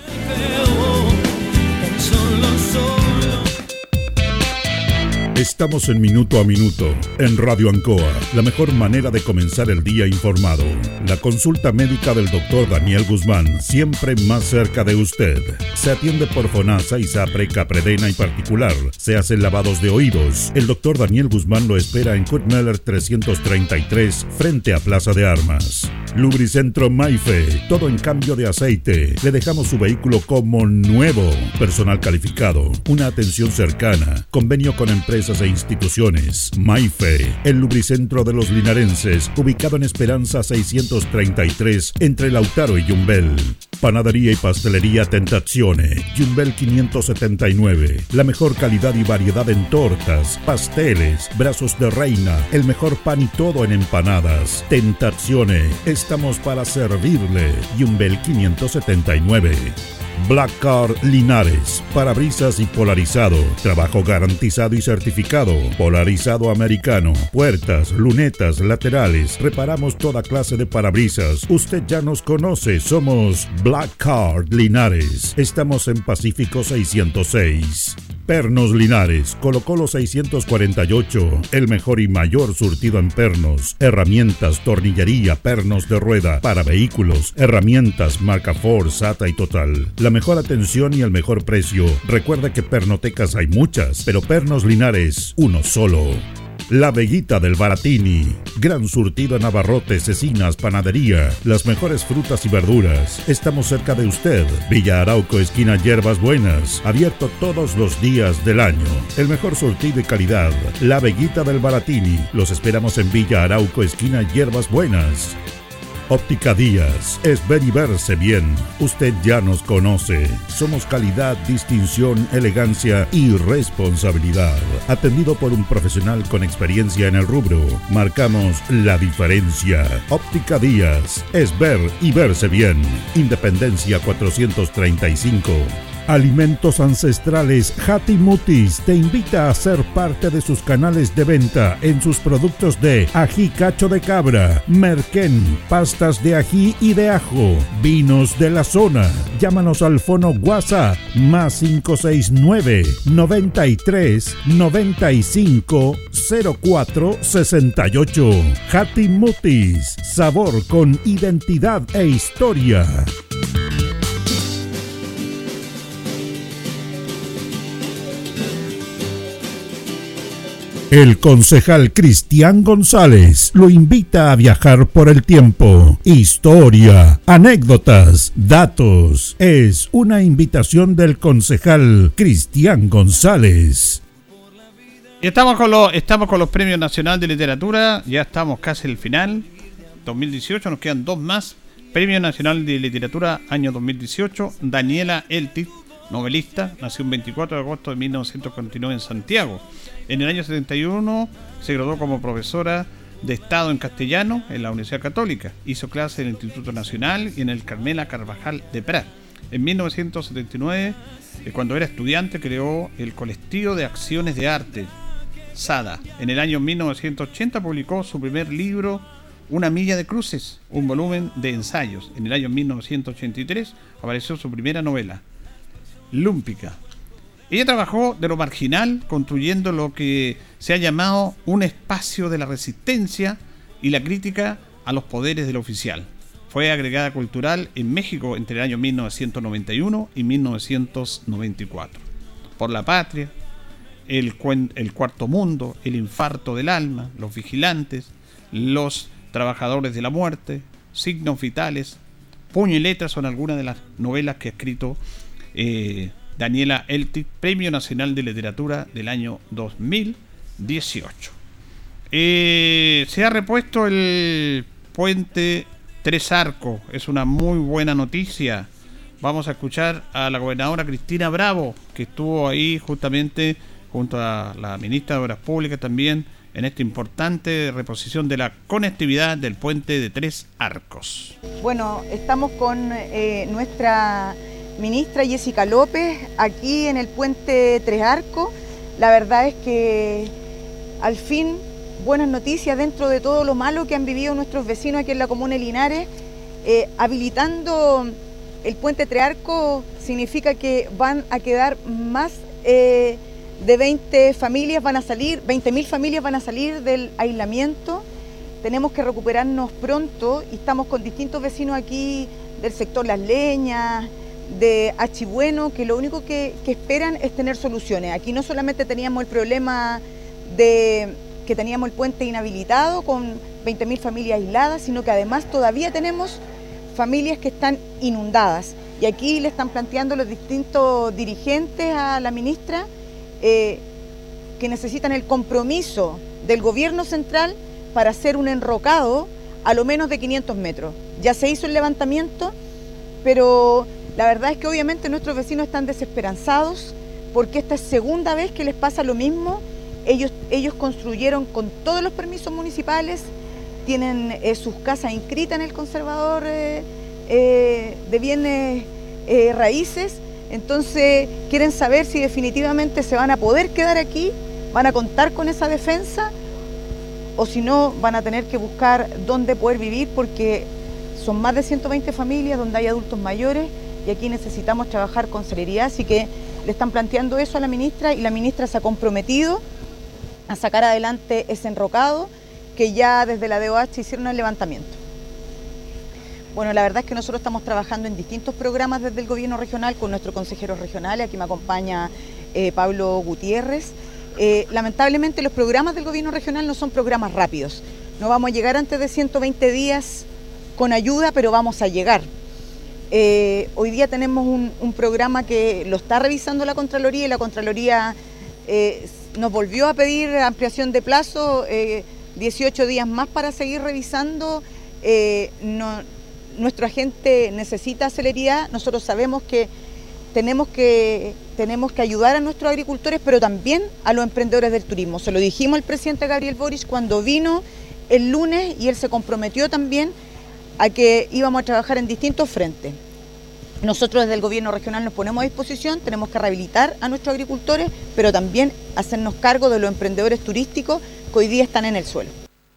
Estamos en Minuto a Minuto, en Radio Ancoa, la mejor manera de comenzar el día informado. La consulta médica del doctor Daniel Guzmán, siempre más cerca de usted. Se atiende por FONASA, ISAPRE, Capredena y particular. Se hacen lavados de oídos. El doctor Daniel Guzmán lo espera en Kutmeller 333, frente a Plaza de Armas. Lubricentro Maife, todo en cambio de aceite. Le dejamos su vehículo como nuevo. Personal calificado, una atención cercana, convenio con empresas e instituciones. Maife, el lubricentro de los linarenses, ubicado en Esperanza 633, entre Lautaro y Yumbel. Panadería y pastelería Tentazione, Yumbel 579. La mejor calidad y variedad en tortas, pasteles, brazos de reina, el mejor pan y todo en empanadas. Tentazione, estamos para servirle. Yumbel 579. Black Car Linares, parabrisas y polarizado, trabajo garantizado y certificado, polarizado americano, puertas, lunetas, laterales, reparamos toda clase de parabrisas. Usted ya nos conoce, somos Black Car Linares, estamos en Pacífico 606. Pernos Linares, colocó los 648, el mejor y mayor surtido en pernos, herramientas, tornillería, pernos de rueda, para vehículos, herramientas, marca Ford, SATA y Total. La mejor atención y el mejor precio. Recuerda que pernotecas hay muchas, pero Pernos Linares, uno solo. La Veguita del Baratini, gran surtido en abarrotes, cecinas, panadería, las mejores frutas y verduras. Estamos cerca de usted. Villa Arauco, esquina Hierbas Buenas, abierto todos los días del año. El mejor surtido y calidad. La Veguita del Baratini. Los esperamos en Villa Arauco, esquina Hierbas Buenas. Óptica Díaz, es ver y verse bien. Usted ya nos conoce. Somos calidad, distinción, elegancia y responsabilidad. Atendido por un profesional con experiencia en el rubro. Marcamos la diferencia. Óptica Díaz, es ver y verse bien. Independencia 435. Alimentos Ancestrales Hati Mutis te invita a ser parte de sus canales de venta en sus productos de ají cacho de cabra, merquén, pastas de ají y de ajo, vinos de la zona. Llámanos al fono WhatsApp más 569 93 95 04 68. Hati Mutis, sabor con identidad e historia. El concejal Cristian González lo invita a viajar por el tiempo. Historia, anécdotas, datos. Es una invitación del concejal Cristian González. Y estamos con los Premios Nacional de Literatura. Ya estamos casi al final. 2018, nos quedan 2 más. Premio Nacional de Literatura año 2018. Daniela Eltit, novelista, nació el 24 de agosto de 1949 en Santiago. En el año 71 se graduó como profesora de Estado en castellano en la Universidad Católica. Hizo clases en el Instituto Nacional y en el Carmela Carvajal de Prat. En 1979, cuando era estudiante, creó el Colectivo de Acciones de Arte, SADA. En el año 1980 publicó su primer libro, Una milla de cruces, un volumen de ensayos. En el año 1983 apareció su primera novela, Lúmpica. Ella trabajó de lo marginal, construyendo lo que se ha llamado un espacio de la resistencia y la crítica a los poderes del oficial. Fue agregada cultural en México entre el año 1991 y 1994. Por la patria, el cuarto mundo, el infarto del alma, los vigilantes, los trabajadores de la muerte, signos vitales, puño y letra son algunas de las novelas que ha escrito Daniela Eltit, Premio Nacional de Literatura del año 2018. Se ha repuesto el puente Tres Arcos, es una muy buena noticia. Vamos a escuchar a la gobernadora Cristina Bravo, que estuvo ahí justamente junto a la ministra de Obras Públicas también en esta importante reposición de la conectividad del puente de Tres Arcos. Bueno, estamos con nuestra ministra Jessica López aquí en el puente Tres Arcos. La verdad es que al fin buenas noticias dentro de todo lo malo que han vivido nuestros vecinos aquí en la comuna de Linares. Habilitando el puente Tres Arcos significa que van a quedar más de 20 familias van a salir, 20.000 familias van a salir del aislamiento. Tenemos que recuperarnos pronto y estamos con distintos vecinos aquí del sector Las Leñas, de Achibueno, que lo único que esperan es tener soluciones. Aquí no solamente teníamos el problema de que teníamos el puente inhabilitado con 20.000 familias aisladas, sino que además todavía tenemos familias que están inundadas. Y aquí le están planteando los distintos dirigentes a la ministra que necesitan el compromiso del gobierno central para hacer un enrocado a lo menos de 500 metros. Ya se hizo el levantamiento, pero la verdad es que obviamente nuestros vecinos están desesperanzados porque esta es segunda vez que les pasa lo mismo. Ellos construyeron con todos los permisos municipales, tienen sus casas inscritas en el conservador de bienes raíces. Entonces quieren saber si definitivamente se van a poder quedar aquí, van a contar con esa defensa o si no van a tener que buscar dónde poder vivir, porque son más de 120 familias donde hay adultos mayores y aquí necesitamos trabajar con celeridad. Así que le están planteando eso a la ministra y la ministra se ha comprometido a sacar adelante ese enrocado que ya desde la DOH hicieron el levantamiento. Bueno, la verdad es que nosotros estamos trabajando en distintos programas desde el gobierno regional con nuestros consejeros regionales. Aquí me acompaña Pablo Gutiérrez. Lamentablemente los programas del gobierno regional no son programas rápidos. No vamos a llegar antes de 120 días con ayuda, pero vamos a llegar. Hoy día tenemos un programa que lo está revisando la Contraloría y la Contraloría nos volvió a pedir ampliación de plazo, 18 días más para seguir revisando. Nuestro agente necesita celeridad. Nosotros sabemos que tenemos que ayudar a nuestros agricultores, pero también a los emprendedores del turismo. Se lo dijimos al presidente Gabriel Boric cuando vino el lunes y él se comprometió también a que íbamos a trabajar en distintos frentes. Nosotros desde el gobierno regional nos ponemos a disposición, tenemos que rehabilitar a nuestros agricultores, pero también hacernos cargo de los emprendedores turísticos que hoy día están en el suelo.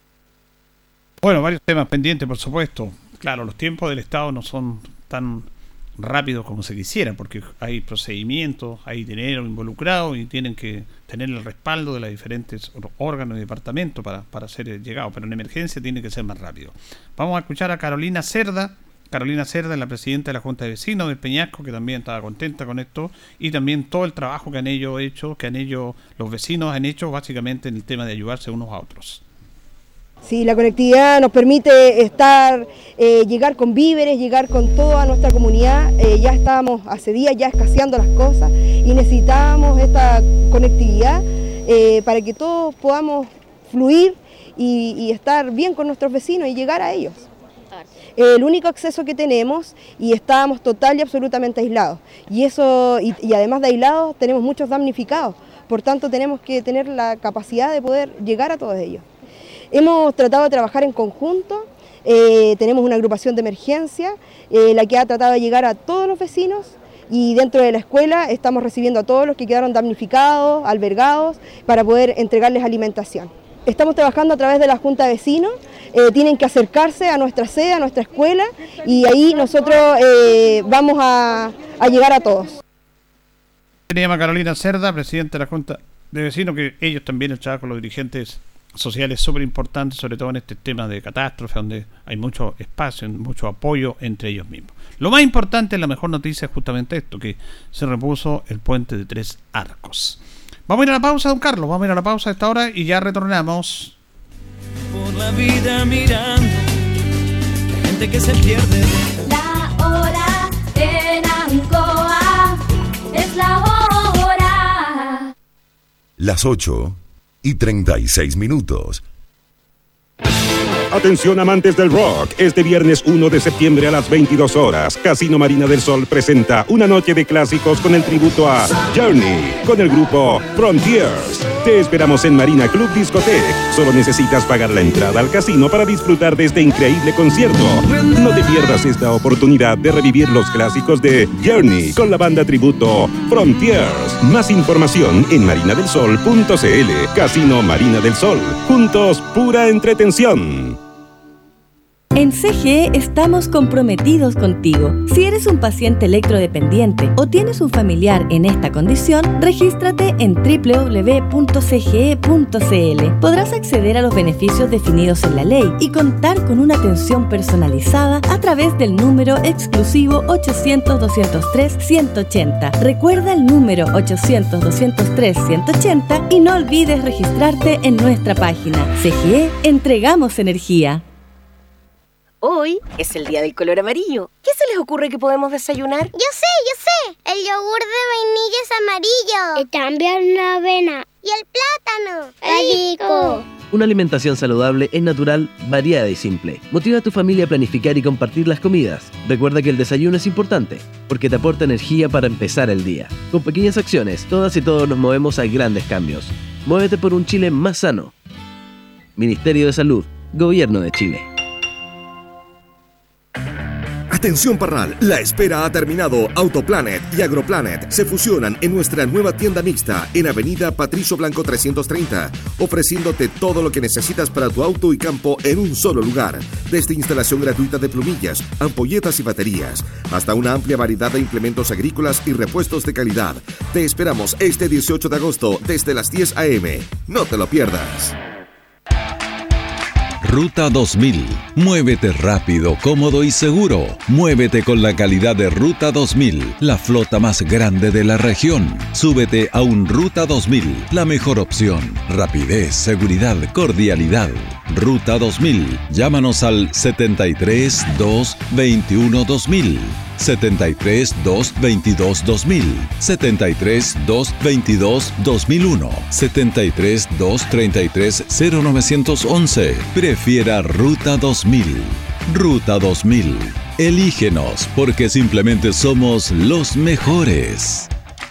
Bueno, varios temas pendientes, por supuesto. Claro, los tiempos del Estado no son tan rápidos como se quisiera, porque hay procedimientos, hay dinero involucrado y tienen que tener el respaldo de los diferentes órganos y departamentos para ser llegado, pero en emergencia tiene que ser más rápido. Vamos a escuchar a Carolina Cerda, Carolina Cerda, la presidenta de la Junta de Vecinos del Peñasco, que también estaba contenta con esto, y también todo el trabajo que han ellos los vecinos han hecho básicamente en el tema de ayudarse unos a otros. Sí, la conectividad nos permite llegar con víveres, llegar con toda nuestra comunidad. Ya estábamos hace días ya escaseando las cosas y necesitábamos esta conectividad para que todos podamos fluir y estar bien con nuestros vecinos y llegar a ellos. El único acceso que tenemos, y estábamos total y absolutamente aislados, y además de aislados tenemos muchos damnificados, por tanto tenemos que tener la capacidad de poder llegar a todos ellos. Hemos tratado de trabajar en conjunto, tenemos una agrupación de emergencia, la que ha tratado de llegar a todos los vecinos, y dentro de la escuela estamos recibiendo a todos los que quedaron damnificados, albergados, para poder entregarles alimentación. Estamos trabajando a través de la Junta de Vecinos, tienen que acercarse a nuestra sede, a nuestra escuela, y ahí nosotros vamos a llegar a todos. Se llama Carolina Cerda, presidenta de la Junta de Vecinos, que ellos también el trabajo con los dirigentes sociales es súper importante, sobre todo en este tema de catástrofe, donde hay mucho espacio, mucho apoyo entre ellos mismos. Lo más importante, la mejor noticia es justamente esto, que se repuso el puente de 3 Arcos. Vamos a ir a la pausa, don Carlos, vamos a ir a la pausa a esta hora y ya retornamos. Por la vida mirando, la gente que se pierde. La hora en Ancoa es la hora. Las 8:36. Atención amantes del rock, este viernes 1 de septiembre a las 22 horas, Casino Marina del Sol presenta una noche de clásicos con el tributo a Journey, con el grupo Frontiers. Te esperamos en Marina Club Discotheque. Solo necesitas pagar la entrada al casino para disfrutar de este increíble concierto. No te pierdas esta oportunidad de revivir los clásicos de Journey con la banda tributo Frontiers. Más información en marinadelsol.cl. Casino Marina del Sol. Juntos, pura entretención. En CGE estamos comprometidos contigo. Si eres un paciente electrodependiente o tienes un familiar en esta condición, regístrate en www.cge.cl. Podrás acceder a los beneficios definidos en la ley y contar con una atención personalizada a través del número exclusivo 800-203-180. Recuerda el número 800-203-180 y no olvides registrarte en nuestra página. CGE, entregamos energía. Hoy es el día del color amarillo. ¿Qué se les ocurre que podemos desayunar? Yo sé. El yogur de vainilla es amarillo. Y también la avena. Y el plátano. ¡Rico! Una alimentación saludable es natural, variada y simple. Motiva a tu familia a planificar y compartir las comidas. Recuerda que el desayuno es importante, porque te aporta energía para empezar el día. Con pequeñas acciones, todas y todos nos movemos a grandes cambios. Muévete por un Chile más sano. Ministerio de Salud, Gobierno de Chile. Atención Parral, la espera ha terminado. Autoplanet y Agroplanet se fusionan en nuestra nueva tienda mixta en Avenida Patricio Blanco 330, ofreciéndote todo lo que necesitas para tu auto y campo en un solo lugar, desde instalación gratuita de plumillas, ampolletas y baterías, hasta una amplia variedad de implementos agrícolas y repuestos de calidad. Te esperamos este 18 de agosto desde las 10 a.m. No te lo pierdas. Ruta 2000. Muévete rápido, cómodo y seguro. Muévete con la calidad de Ruta 2000, la flota más grande de la región. Súbete a un Ruta 2000, la mejor opción. Rapidez, seguridad, cordialidad. Ruta 2000. Llámanos al 73 2 21 2000. 73 222 2000, 73 222 2001, 73 233 0911. Prefiera Ruta 2000. Ruta 2000. Elígenos porque simplemente somos los mejores.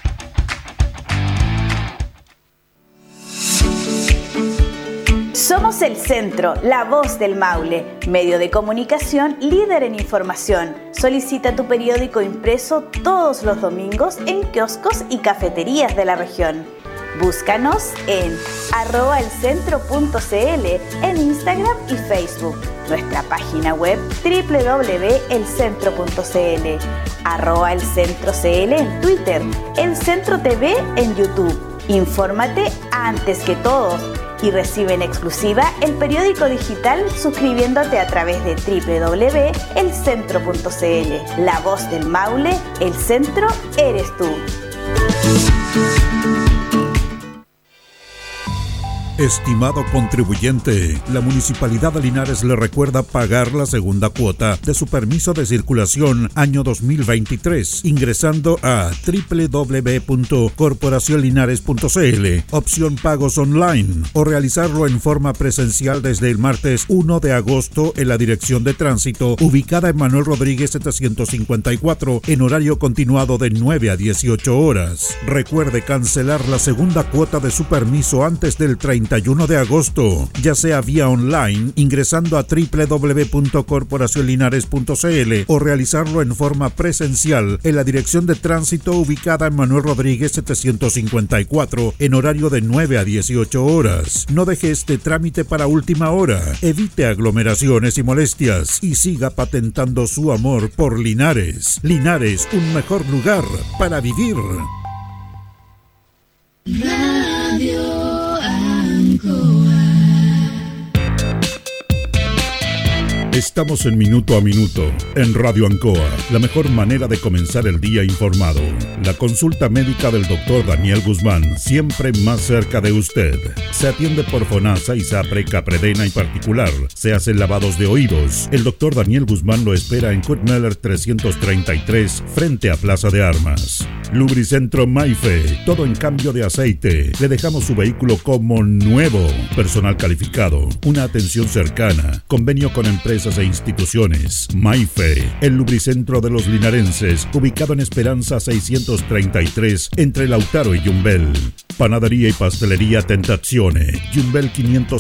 Somos El Centro, la voz del Maule, medio de comunicación líder en información. Solicita tu periódico impreso todos los domingos en kioscos y cafeterías de la región. Búscanos en @elcentro.cl en Instagram y Facebook. Nuestra página web www.elcentro.cl, @elcentrocl en Twitter, El Centro TV en YouTube. Infórmate antes que todos. Y recibe en exclusiva el periódico digital suscribiéndote a través de www.elcentro.cl. La voz del Maule, el centro eres tú. Estimado contribuyente, la Municipalidad de Linares le recuerda pagar la segunda cuota de su permiso de circulación año 2023 ingresando a www.corporacionlinares.cl, opción pagos online, o realizarlo en forma presencial desde el martes 1 de agosto en la Dirección de Tránsito ubicada en Manuel Rodríguez 754 en horario continuado de 9 a 18 horas. Recuerde cancelar la segunda cuota de su permiso antes del 31 de agosto, ya sea vía online ingresando a www.corporacionlinares.cl o realizarlo en forma presencial en la Dirección de Tránsito ubicada en Manuel Rodríguez 754 en horario de 9 a 18 horas. No deje este trámite para última hora, evite aglomeraciones y molestias y siga patentando su amor por Linares. Linares, un mejor lugar para vivir. Radio Estamos en Minuto a Minuto, en Radio Ancoa, la mejor manera de comenzar el día informado. La consulta médica del Dr. Daniel Guzmán, siempre más cerca de usted. Se atiende por FONASA, ISAPRE, Capredena y particular. Se hacen lavados de oídos. El Dr. Daniel Guzmán lo espera en Kutmeller 333, frente a Plaza de Armas. Lubricentro Maife, todo en cambio de aceite. Le dejamos su vehículo como nuevo. Personal calificado, una atención cercana, convenio con empresas e instituciones. Maife, el lubricentro de los linarenses, ubicado en Esperanza 633, entre Lautaro y Yumbel. Panadería y pastelería Tentazione, Yumbel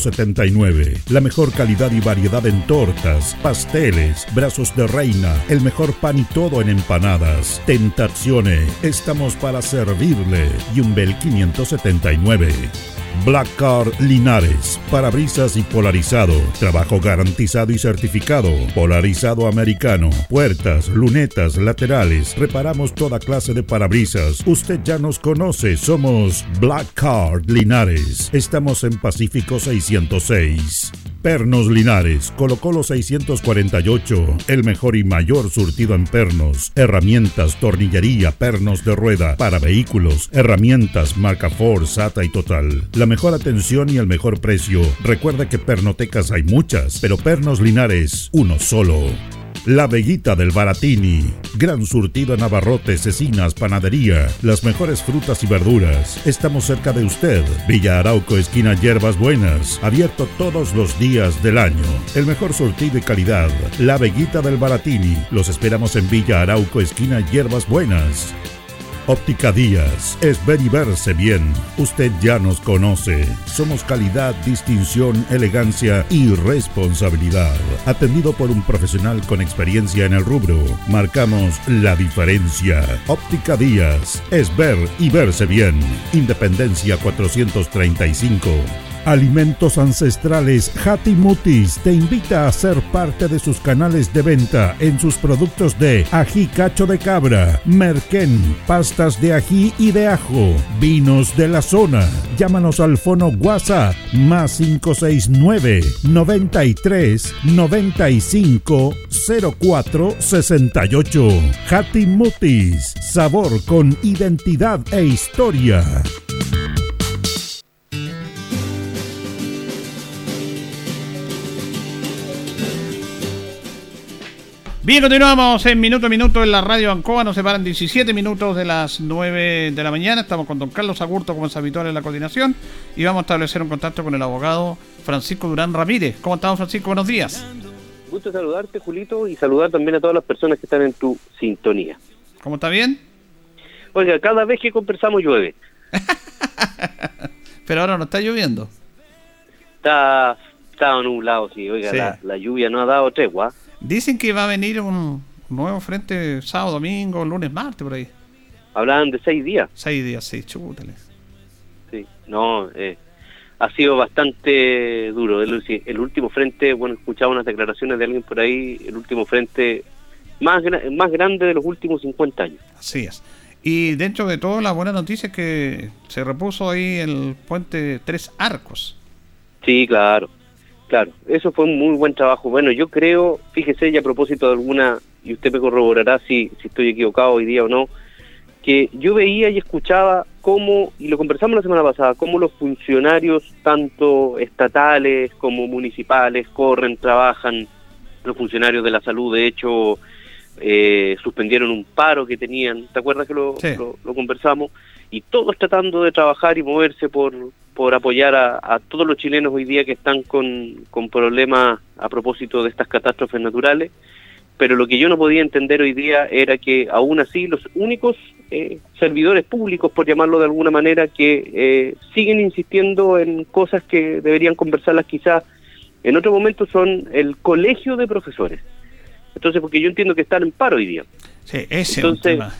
579. La mejor calidad y variedad en tortas, pasteles, brazos de reina, el mejor pan y todo en empanadas. Tentazione, estamos para servirle. Yumbel 579. Black Car Linares, parabrisas y polarizado, trabajo garantizado y certificado, polarizado americano, puertas, lunetas, laterales, reparamos toda clase de parabrisas. Usted ya nos conoce, somos Black Car Linares, estamos en Pacífico 606. Pernos Linares, Colo Colo 648, el mejor y mayor surtido en pernos, herramientas, tornillería, pernos de rueda, para vehículos, herramientas, marca Ford, SATA y Total. La mejor atención y el mejor precio. Recuerda que pernotecas hay muchas, pero Pernos Linares, uno solo. La Veguita del Baratini, gran surtido en abarrotes, cecinas, panadería, las mejores frutas y verduras. Estamos cerca de usted. Villa Arauco, esquina Hierbas Buenas, abierto todos los días del año. El mejor surtido y calidad. La Veguita del Baratini. Los esperamos en Villa Arauco, esquina Hierbas Buenas. Óptica Díaz, es ver y verse bien. Usted ya nos conoce. Somos calidad, distinción, elegancia y responsabilidad. Atendido por un profesional con experiencia en el rubro. Marcamos la diferencia. Óptica Díaz, es ver y verse bien. Independencia 435. Alimentos Ancestrales Hatimutis te invita a ser parte de sus canales de venta en sus productos de ají cacho de cabra, merquén, pastas de ají y de ajo, vinos de la zona. Llámanos al fono WhatsApp más 569 93 95 04 68. Hatimutis, sabor con identidad e historia. Bien, continuamos en Minuto a Minuto en la Radio Ancoa. Nos separan 17 minutos de las 9 de la mañana. Estamos con don Carlos Agurto, como es habitual en la coordinación, y vamos a establecer un contacto con el abogado Francisco Durán Ramírez. ¿Cómo estamos, Francisco? Buenos días. Gusto saludarte, Julito, y saludar también a todas las personas que están en tu sintonía. ¿Cómo está bien? Oiga, cada vez que conversamos llueve. Pero ahora no está lloviendo. Está nublado, sí. Oiga, sí. La lluvia no ha dado tregua. Dicen que va a venir un nuevo frente sábado, domingo, lunes, martes, por ahí. Hablaban de 6 días. 6 días, sí, chútale. Sí, no, ha sido bastante duro. El último frente, bueno, escuchaba unas declaraciones de alguien por ahí, el último frente más grande de los últimos 50 años. Así es. Y dentro de todo, la buena noticia es que se repuso ahí el puente Tres Arcos. Sí, claro, eso fue un muy buen trabajo. Bueno, yo creo, fíjese, y a propósito de alguna, y usted me corroborará si estoy equivocado hoy día o no, que yo veía y escuchaba cómo, y lo conversamos la semana pasada, cómo los funcionarios, tanto estatales como municipales, corren, trabajan. Los funcionarios de la salud, de hecho, suspendieron un paro que tenían, ¿te acuerdas que lo conversamos? Y todos tratando de trabajar y moverse por apoyar a todos los chilenos hoy día que están con problemas a propósito de estas catástrofes naturales. Pero lo que yo no podía entender hoy día era que aún así los únicos servidores públicos, por llamarlo de alguna manera, que siguen insistiendo en cosas que deberían conversarlas quizás en otro momento, son el colegio de profesores. Entonces, porque yo entiendo que están en paro hoy día. Sí, ese es un tema.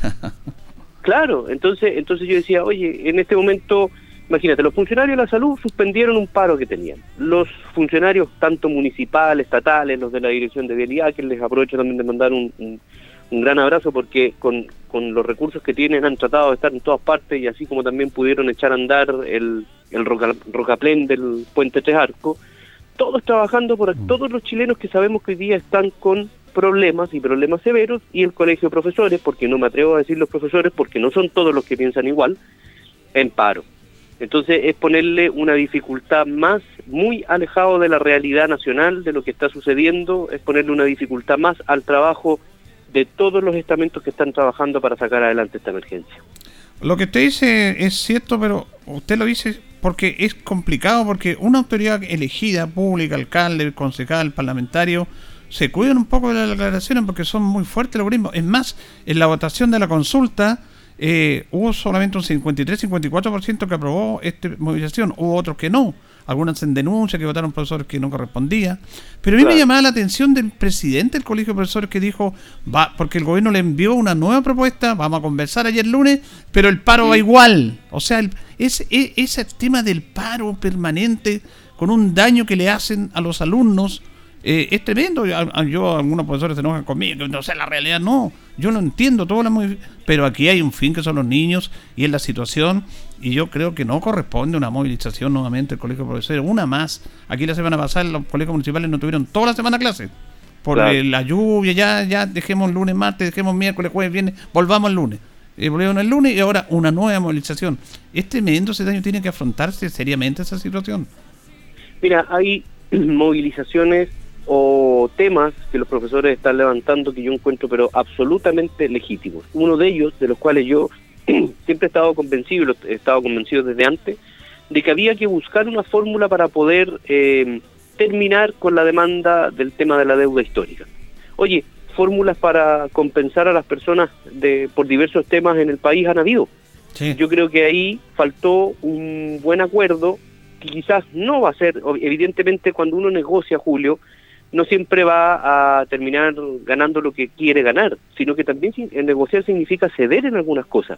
Claro, entonces yo decía, oye, en este momento, imagínate, los funcionarios de la salud suspendieron un paro que tenían. Los funcionarios, tanto municipales, estatales, los de la Dirección de Vialidad, que les aprovecho también de mandar un gran abrazo, porque con los recursos que tienen han tratado de estar en todas partes, y así como también pudieron echar a andar el rocaplén del Puente Tres Arcos, todos trabajando por todos los chilenos que sabemos que hoy día están con problemas y problemas severos, y el colegio de profesores, porque no me atrevo a decir los profesores, porque no son todos los que piensan igual, en paro. Entonces es ponerle una dificultad más, muy alejado de la realidad nacional, de lo que está sucediendo, es ponerle una dificultad más al trabajo de todos los estamentos que están trabajando para sacar adelante esta emergencia. Lo que usted dice es cierto, pero usted lo dice porque es complicado, porque una autoridad elegida, pública, alcalde, concejal, parlamentario, se cuidan un poco de las declaraciones porque son muy fuertes los algoritmos. Es más, en la votación de la consulta hubo solamente un 53-54% que aprobó esta movilización, hubo otros que no, algunas en denuncia, que votaron profesores que no correspondía. Pero a mí me llamaba la atención del presidente del Colegio de Profesores, que dijo, porque el gobierno le envió una nueva propuesta, vamos a conversar ayer lunes, pero el paro va igual. O sea, ese tema del paro permanente, con un daño que le hacen a los alumnos, es tremendo. Algunos profesores se enojan conmigo, no sé, la realidad no, yo no entiendo todo pero aquí hay un fin que son los niños y es la situación, y yo creo que no corresponde una movilización nuevamente del Colegio de Profesores, una más. Aquí la semana pasada los colegios municipales no tuvieron toda la semana clases por la lluvia, ya dejemos lunes, martes, dejemos miércoles, jueves, viernes, volvamos el lunes. Volvieron el lunes y ahora una nueva movilización. Es tremendo, ese daño, tiene que afrontarse seriamente esa situación. Mira, hay movilizaciones o temas que los profesores están levantando que yo encuentro pero absolutamente legítimos. Uno de ellos, de los cuales yo siempre he estado convencido desde antes, de que había que buscar una fórmula para poder terminar con la demanda del tema de la deuda histórica. Oye, fórmulas para compensar a las personas por diversos temas en el país han habido. Sí. Yo creo que ahí faltó un buen acuerdo, que quizás no va a ser, evidentemente cuando uno negocia, Julio, no siempre va a terminar ganando lo que quiere ganar, sino que también negociar significa ceder en algunas cosas.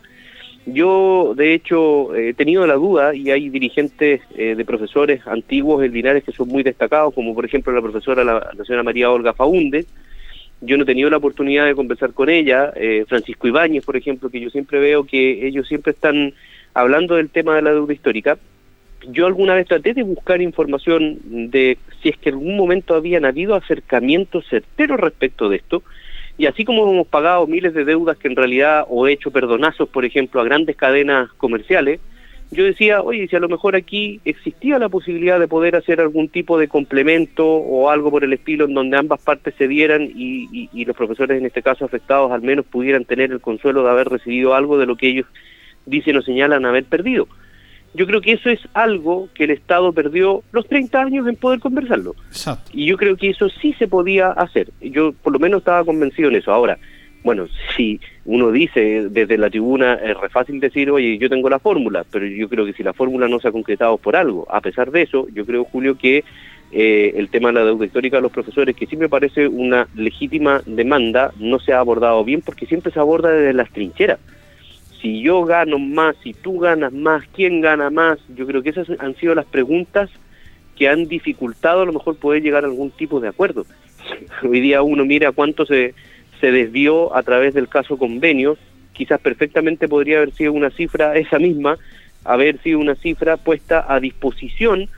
Yo, de hecho, he tenido la duda, y hay dirigentes de profesores antiguos en Linares que son muy destacados, como por ejemplo la profesora, la señora María Olga Faúndez. Yo no he tenido la oportunidad de conversar con ella, Francisco Ibáñez, por ejemplo, que yo siempre veo que ellos siempre están hablando del tema de la deuda histórica. Yo alguna vez traté de buscar información de si es que en algún momento habían habido acercamientos certeros respecto de esto, y así como hemos pagado miles de deudas que en realidad, o hecho perdonazos, por ejemplo, a grandes cadenas comerciales, yo decía, oye, si a lo mejor aquí existía la posibilidad de poder hacer algún tipo de complemento o algo por el estilo en donde ambas partes se dieran y los profesores en este caso afectados al menos pudieran tener el consuelo de haber recibido algo de lo que ellos dicen o señalan haber perdido. Yo creo que eso es algo que el Estado perdió los 30 años en poder conversarlo. Exacto. Y yo creo que eso sí se podía hacer. Yo por lo menos estaba convencido en eso. Ahora, bueno, si uno dice desde la tribuna, es re fácil decir, oye, yo tengo la fórmula, pero yo creo que si la fórmula no se ha concretado por algo, a pesar de eso, yo creo, Julio, que el tema de la deuda histórica de los profesores, que sí me parece una legítima demanda, no se ha abordado bien, porque siempre se aborda desde las trincheras. Si yo gano más, si tú ganas más, ¿quién gana más? Yo creo que esas han sido las preguntas que han dificultado a lo mejor poder llegar a algún tipo de acuerdo. Hoy día uno mira cuánto se desvió a través del caso convenios, quizás perfectamente podría haber sido una cifra, esa misma, haber sido una cifra puesta a disposición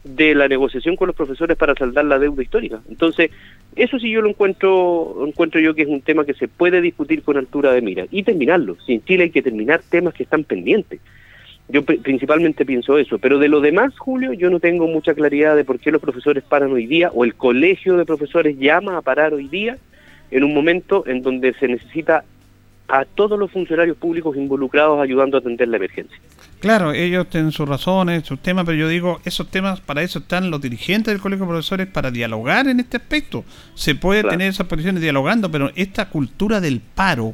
de la negociación con los profesores para saldar la deuda histórica. Entonces, eso sí yo lo encuentro yo que es un tema que se puede discutir con altura de mira y terminarlo. Si en Chile hay que terminar temas que están pendientes. Yo principalmente pienso eso, pero de lo demás, Julio, yo no tengo mucha claridad de por qué los profesores paran hoy día, o el colegio de profesores llama a parar hoy día, en un momento en donde se necesita a todos los funcionarios públicos involucrados ayudando a atender la emergencia. Claro, ellos tienen sus razones, sus temas, pero yo digo, esos temas, para eso están los dirigentes del colegio de profesores, para dialogar en este aspecto. Se puede tener esas posiciones dialogando, pero esta cultura del paro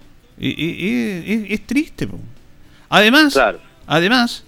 es triste, po. Además,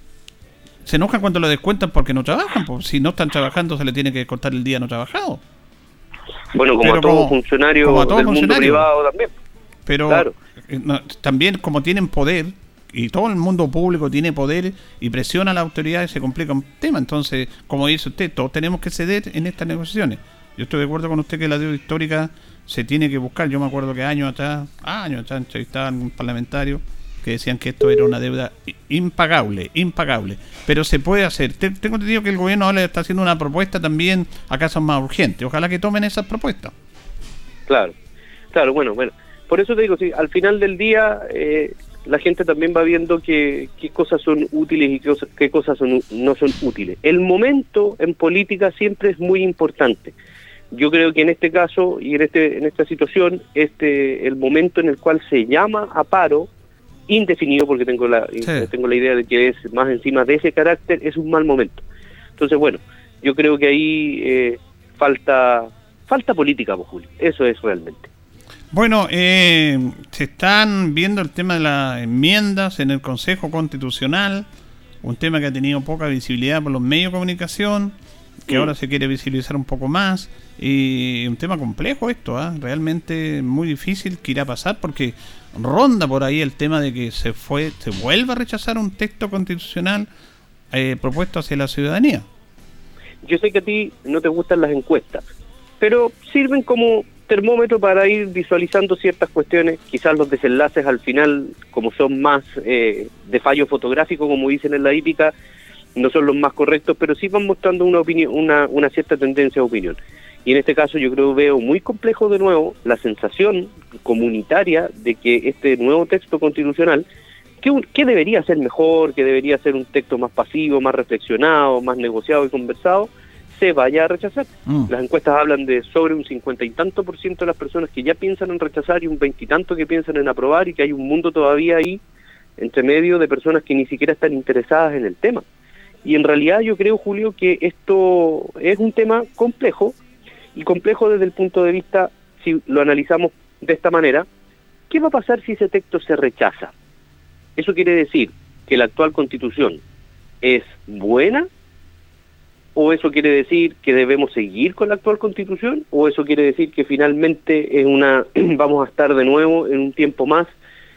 se enojan cuando lo descuentan porque no trabajan, pues si no están trabajando se le tiene que cortar el día no trabajado. Bueno, como a todo funcionario del mundo privado también. Pero claro. También como tienen poder, y todo el mundo público tiene poder y presiona a las autoridades, se complica un tema. Entonces, como dice usted, todos tenemos que ceder en estas negociaciones. Yo estoy de acuerdo con usted que la deuda histórica se tiene que buscar. Yo me acuerdo que años atrás entrevistaban un parlamentario que decían que esto era una deuda impagable, pero se puede hacer. Tengo entendido que el gobierno ahora está haciendo una propuesta también a casos más urgentes. Ojalá que tomen esas propuestas. Claro, bueno, por eso te digo, sí, al final del día la gente también va viendo qué cosas son útiles y qué cosas no son útiles. El momento en política siempre es muy importante. Yo creo que en este caso y en esta situación, el momento en el cual se llama a paro indefinido, porque tengo la idea de que es más encima de ese carácter, es un mal momento. Entonces, bueno, yo creo que ahí falta política, pues, Julio. Eso es realmente. Bueno, se están viendo el tema de las enmiendas en el Consejo Constitucional, un tema que ha tenido poca visibilidad por los medios de comunicación, que ahora se quiere visibilizar un poco más, y un tema complejo esto, realmente muy difícil que irá a pasar, porque ronda por ahí el tema de que se vuelva a rechazar un texto constitucional propuesto hacia la ciudadanía. Yo sé que a ti no te gustan las encuestas, pero sirven como termómetro para ir visualizando ciertas cuestiones. Quizás los desenlaces al final, como son más de fallo fotográfico, como dicen en la hípica, no son los más correctos, pero sí van mostrando una opinión, una cierta tendencia de opinión. Y en este caso yo veo muy complejo de nuevo la sensación comunitaria de que este nuevo texto constitucional, que debería ser mejor, que debería ser un texto más pasivo, más reflexionado, más negociado y conversado, se vaya a rechazar. Las encuestas hablan de sobre un 50 y tanto % de las personas que ya piensan en rechazar y un 20 y tanto que piensan en aprobar, y que hay un mundo todavía ahí entre medio de personas que ni siquiera están interesadas en el tema. Y en realidad yo creo, Julio, que esto es un tema complejo, y complejo desde el punto de vista, si lo analizamos de esta manera, ¿qué va a pasar si ese texto se rechaza? ¿Eso quiere decir que la actual Constitución es buena? ¿O eso quiere decir que debemos seguir con la actual Constitución? ¿O eso quiere decir que finalmente vamos a estar de nuevo en un tiempo más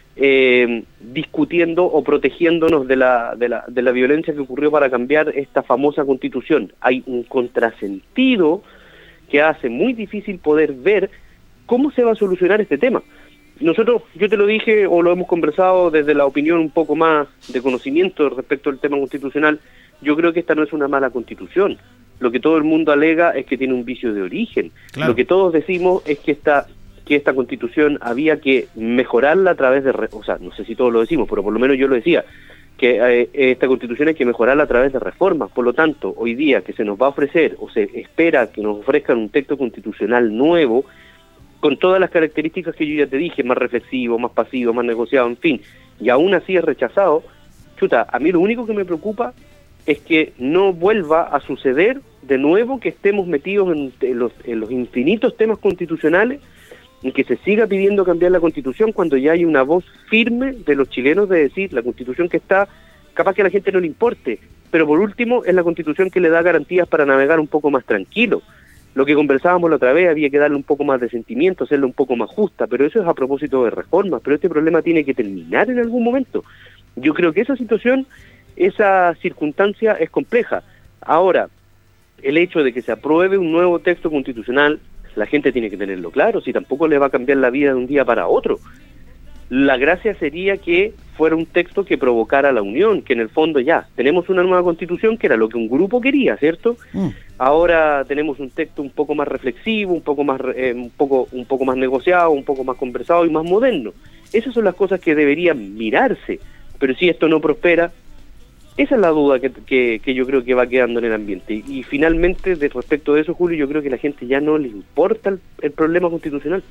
discutiendo o protegiéndonos de la violencia que ocurrió para cambiar esta famosa Constitución? Hay un contrasentido que hace muy difícil poder ver cómo se va a solucionar este tema. Nosotros, yo te lo dije, o lo hemos conversado desde la opinión un poco más de conocimiento respecto al tema constitucional, yo creo que esta no es una mala Constitución. Lo que todo el mundo alega es que tiene un vicio de origen. Claro. Lo que todos decimos es que esta Constitución había que mejorarla a través de... O sea, no sé si todos lo decimos, pero por lo menos yo lo decía, que esta Constitución hay que mejorarla a través de reformas. Por lo tanto, hoy día que se nos va a ofrecer, o se espera que nos ofrezcan un texto constitucional nuevo, con todas las características que yo ya te dije, más reflexivo, más pasivo, más negociado, en fin, y aún así es rechazado, a mí lo único que me preocupa es que no vuelva a suceder de nuevo que estemos metidos en los infinitos temas constitucionales y que se siga pidiendo cambiar la Constitución cuando ya hay una voz firme de los chilenos de decir la Constitución que está, capaz que a la gente no le importe, pero por último es la Constitución que le da garantías para navegar un poco más tranquilo. Lo que conversábamos la otra vez, había que darle un poco más de sentimiento, hacerla un poco más justa, pero eso es a propósito de reformas, pero este problema tiene que terminar en algún momento. Yo creo que esa situación, esa circunstancia es compleja. Ahora, el hecho de que se apruebe un nuevo texto constitucional, la gente tiene que tenerlo claro, si tampoco le va a cambiar la vida de un día para otro. La gracia sería que fuera un texto que provocara la unión, que en el fondo ya tenemos una nueva constitución, que era lo que un grupo quería, ¿cierto? Ahora tenemos un texto un poco más reflexivo, un poco más negociado, un poco más conversado y más moderno. Esas son las cosas que deberían mirarse, pero si esto no prospera, esa es la duda que yo creo que va quedando en el ambiente. Y finalmente, respecto de eso, Julio, yo creo que a la gente ya no le importa el problema constitucional.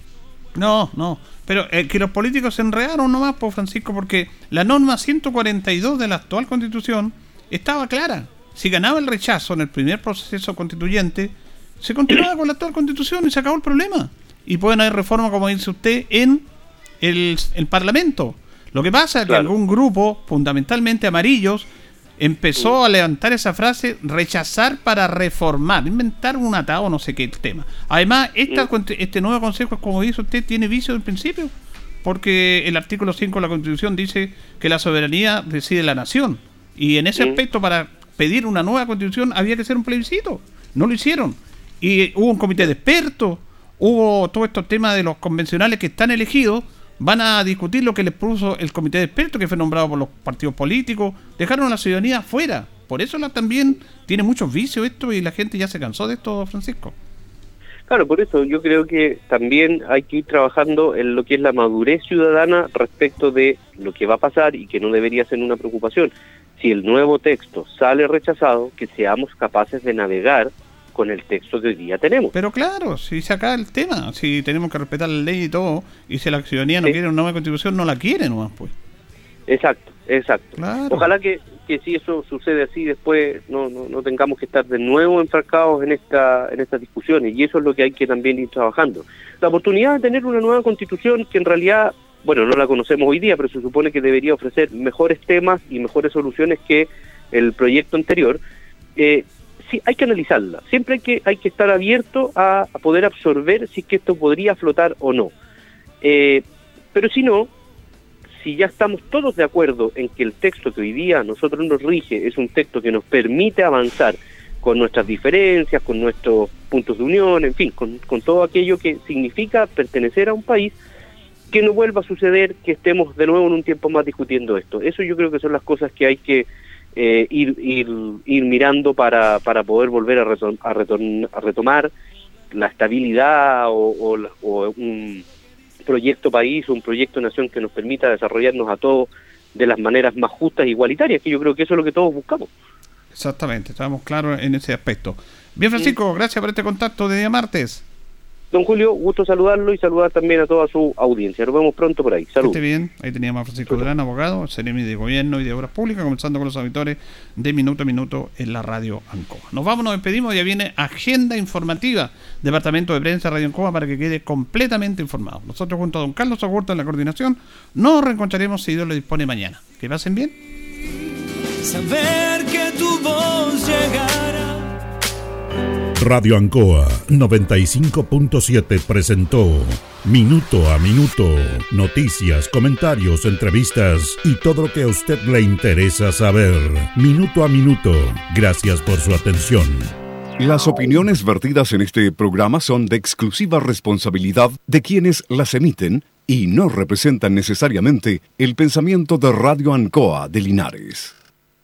No, pero que los políticos se enredaron nomás, pues, Francisco, porque la norma 142 de la actual Constitución estaba clara. Si ganaba el rechazo en el primer proceso constituyente, se continuaba con la actual Constitución y se acabó el problema. Y pueden haber reformas, como dice usted, en el Parlamento. Lo que pasa es que algún grupo, fundamentalmente amarillos, empezó a levantar esa frase, rechazar para reformar, inventar un atado, no sé qué tema. Además, este nuevo consejo, como dice usted, tiene vicio del principio, porque el artículo 5 de la Constitución dice que la soberanía decide la nación, y en ese aspecto, para pedir una nueva Constitución había que hacer un plebiscito. No lo hicieron, y hubo un comité de expertos, hubo todo estos temas de los convencionales que están elegidos. Van a discutir lo que les puso el comité de expertos, que fue nombrado por los partidos políticos. Dejaron a la ciudadanía fuera. Por eso también tiene muchos vicios esto, y la gente ya se cansó de esto, Francisco. Claro, por eso yo creo que también hay que ir trabajando en lo que es la madurez ciudadana respecto de lo que va a pasar, y que no debería ser una preocupación. Si el nuevo texto sale rechazado, que seamos capaces de navegar con el texto que hoy día tenemos. Pero claro, si se acaba el tema, si tenemos que respetar la ley y todo, y si la ciudadanía no quiere una nueva constitución, no la quiere nomás, pues. Exacto. Claro. Ojalá que si eso sucede así, después no tengamos que estar de nuevo enfrascados en estas discusiones, y eso es lo que hay que también ir trabajando. La oportunidad de tener una nueva constitución que en realidad, bueno, no la conocemos hoy día, pero se supone que debería ofrecer mejores temas y mejores soluciones que el proyecto anterior. Sí, hay que analizarla. Siempre hay que estar abierto a poder absorber si es que esto podría flotar o no. Pero si no, si ya estamos todos de acuerdo en que el texto que hoy día nosotros nos rige es un texto que nos permite avanzar con nuestras diferencias, con nuestros puntos de unión, en fin, con todo aquello que significa pertenecer a un país, que no vuelva a suceder que estemos de nuevo en un tiempo más discutiendo esto. Eso yo creo que son las cosas que hay que ir mirando para poder volver a retomar la estabilidad o un proyecto país o un proyecto nación que nos permita desarrollarnos a todos de las maneras más justas e igualitarias, que yo creo que eso es lo que todos buscamos. Exactamente, estamos claros en ese aspecto. Bien, Francisco, gracias por este contacto de día martes. Don Julio, gusto saludarlo y saludar también a toda su audiencia. Nos vemos pronto por ahí. Saludos. Esté bien, ahí teníamos a Francisco Durán, abogado, seremi de Gobierno y de Obras Públicas, comenzando con los auditores de Minuto a Minuto en la Radio Ancoa. Nos vamos, nos despedimos, ya viene Agenda Informativa, Departamento de Prensa Radio Ancoa, para que quede completamente informado. Nosotros, junto a don Carlos Agurto en la coordinación, nos reencontraremos, si Dios lo dispone, mañana. Que pasen bien. Saber que tu voz llegará. Radio Ancoa 95.7 presentó Minuto a Minuto, noticias, comentarios, entrevistas y todo lo que a usted le interesa saber. Minuto a Minuto. Gracias por su atención. Las opiniones vertidas en este programa son de exclusiva responsabilidad de quienes las emiten y no representan necesariamente el pensamiento de Radio Ancoa de Linares.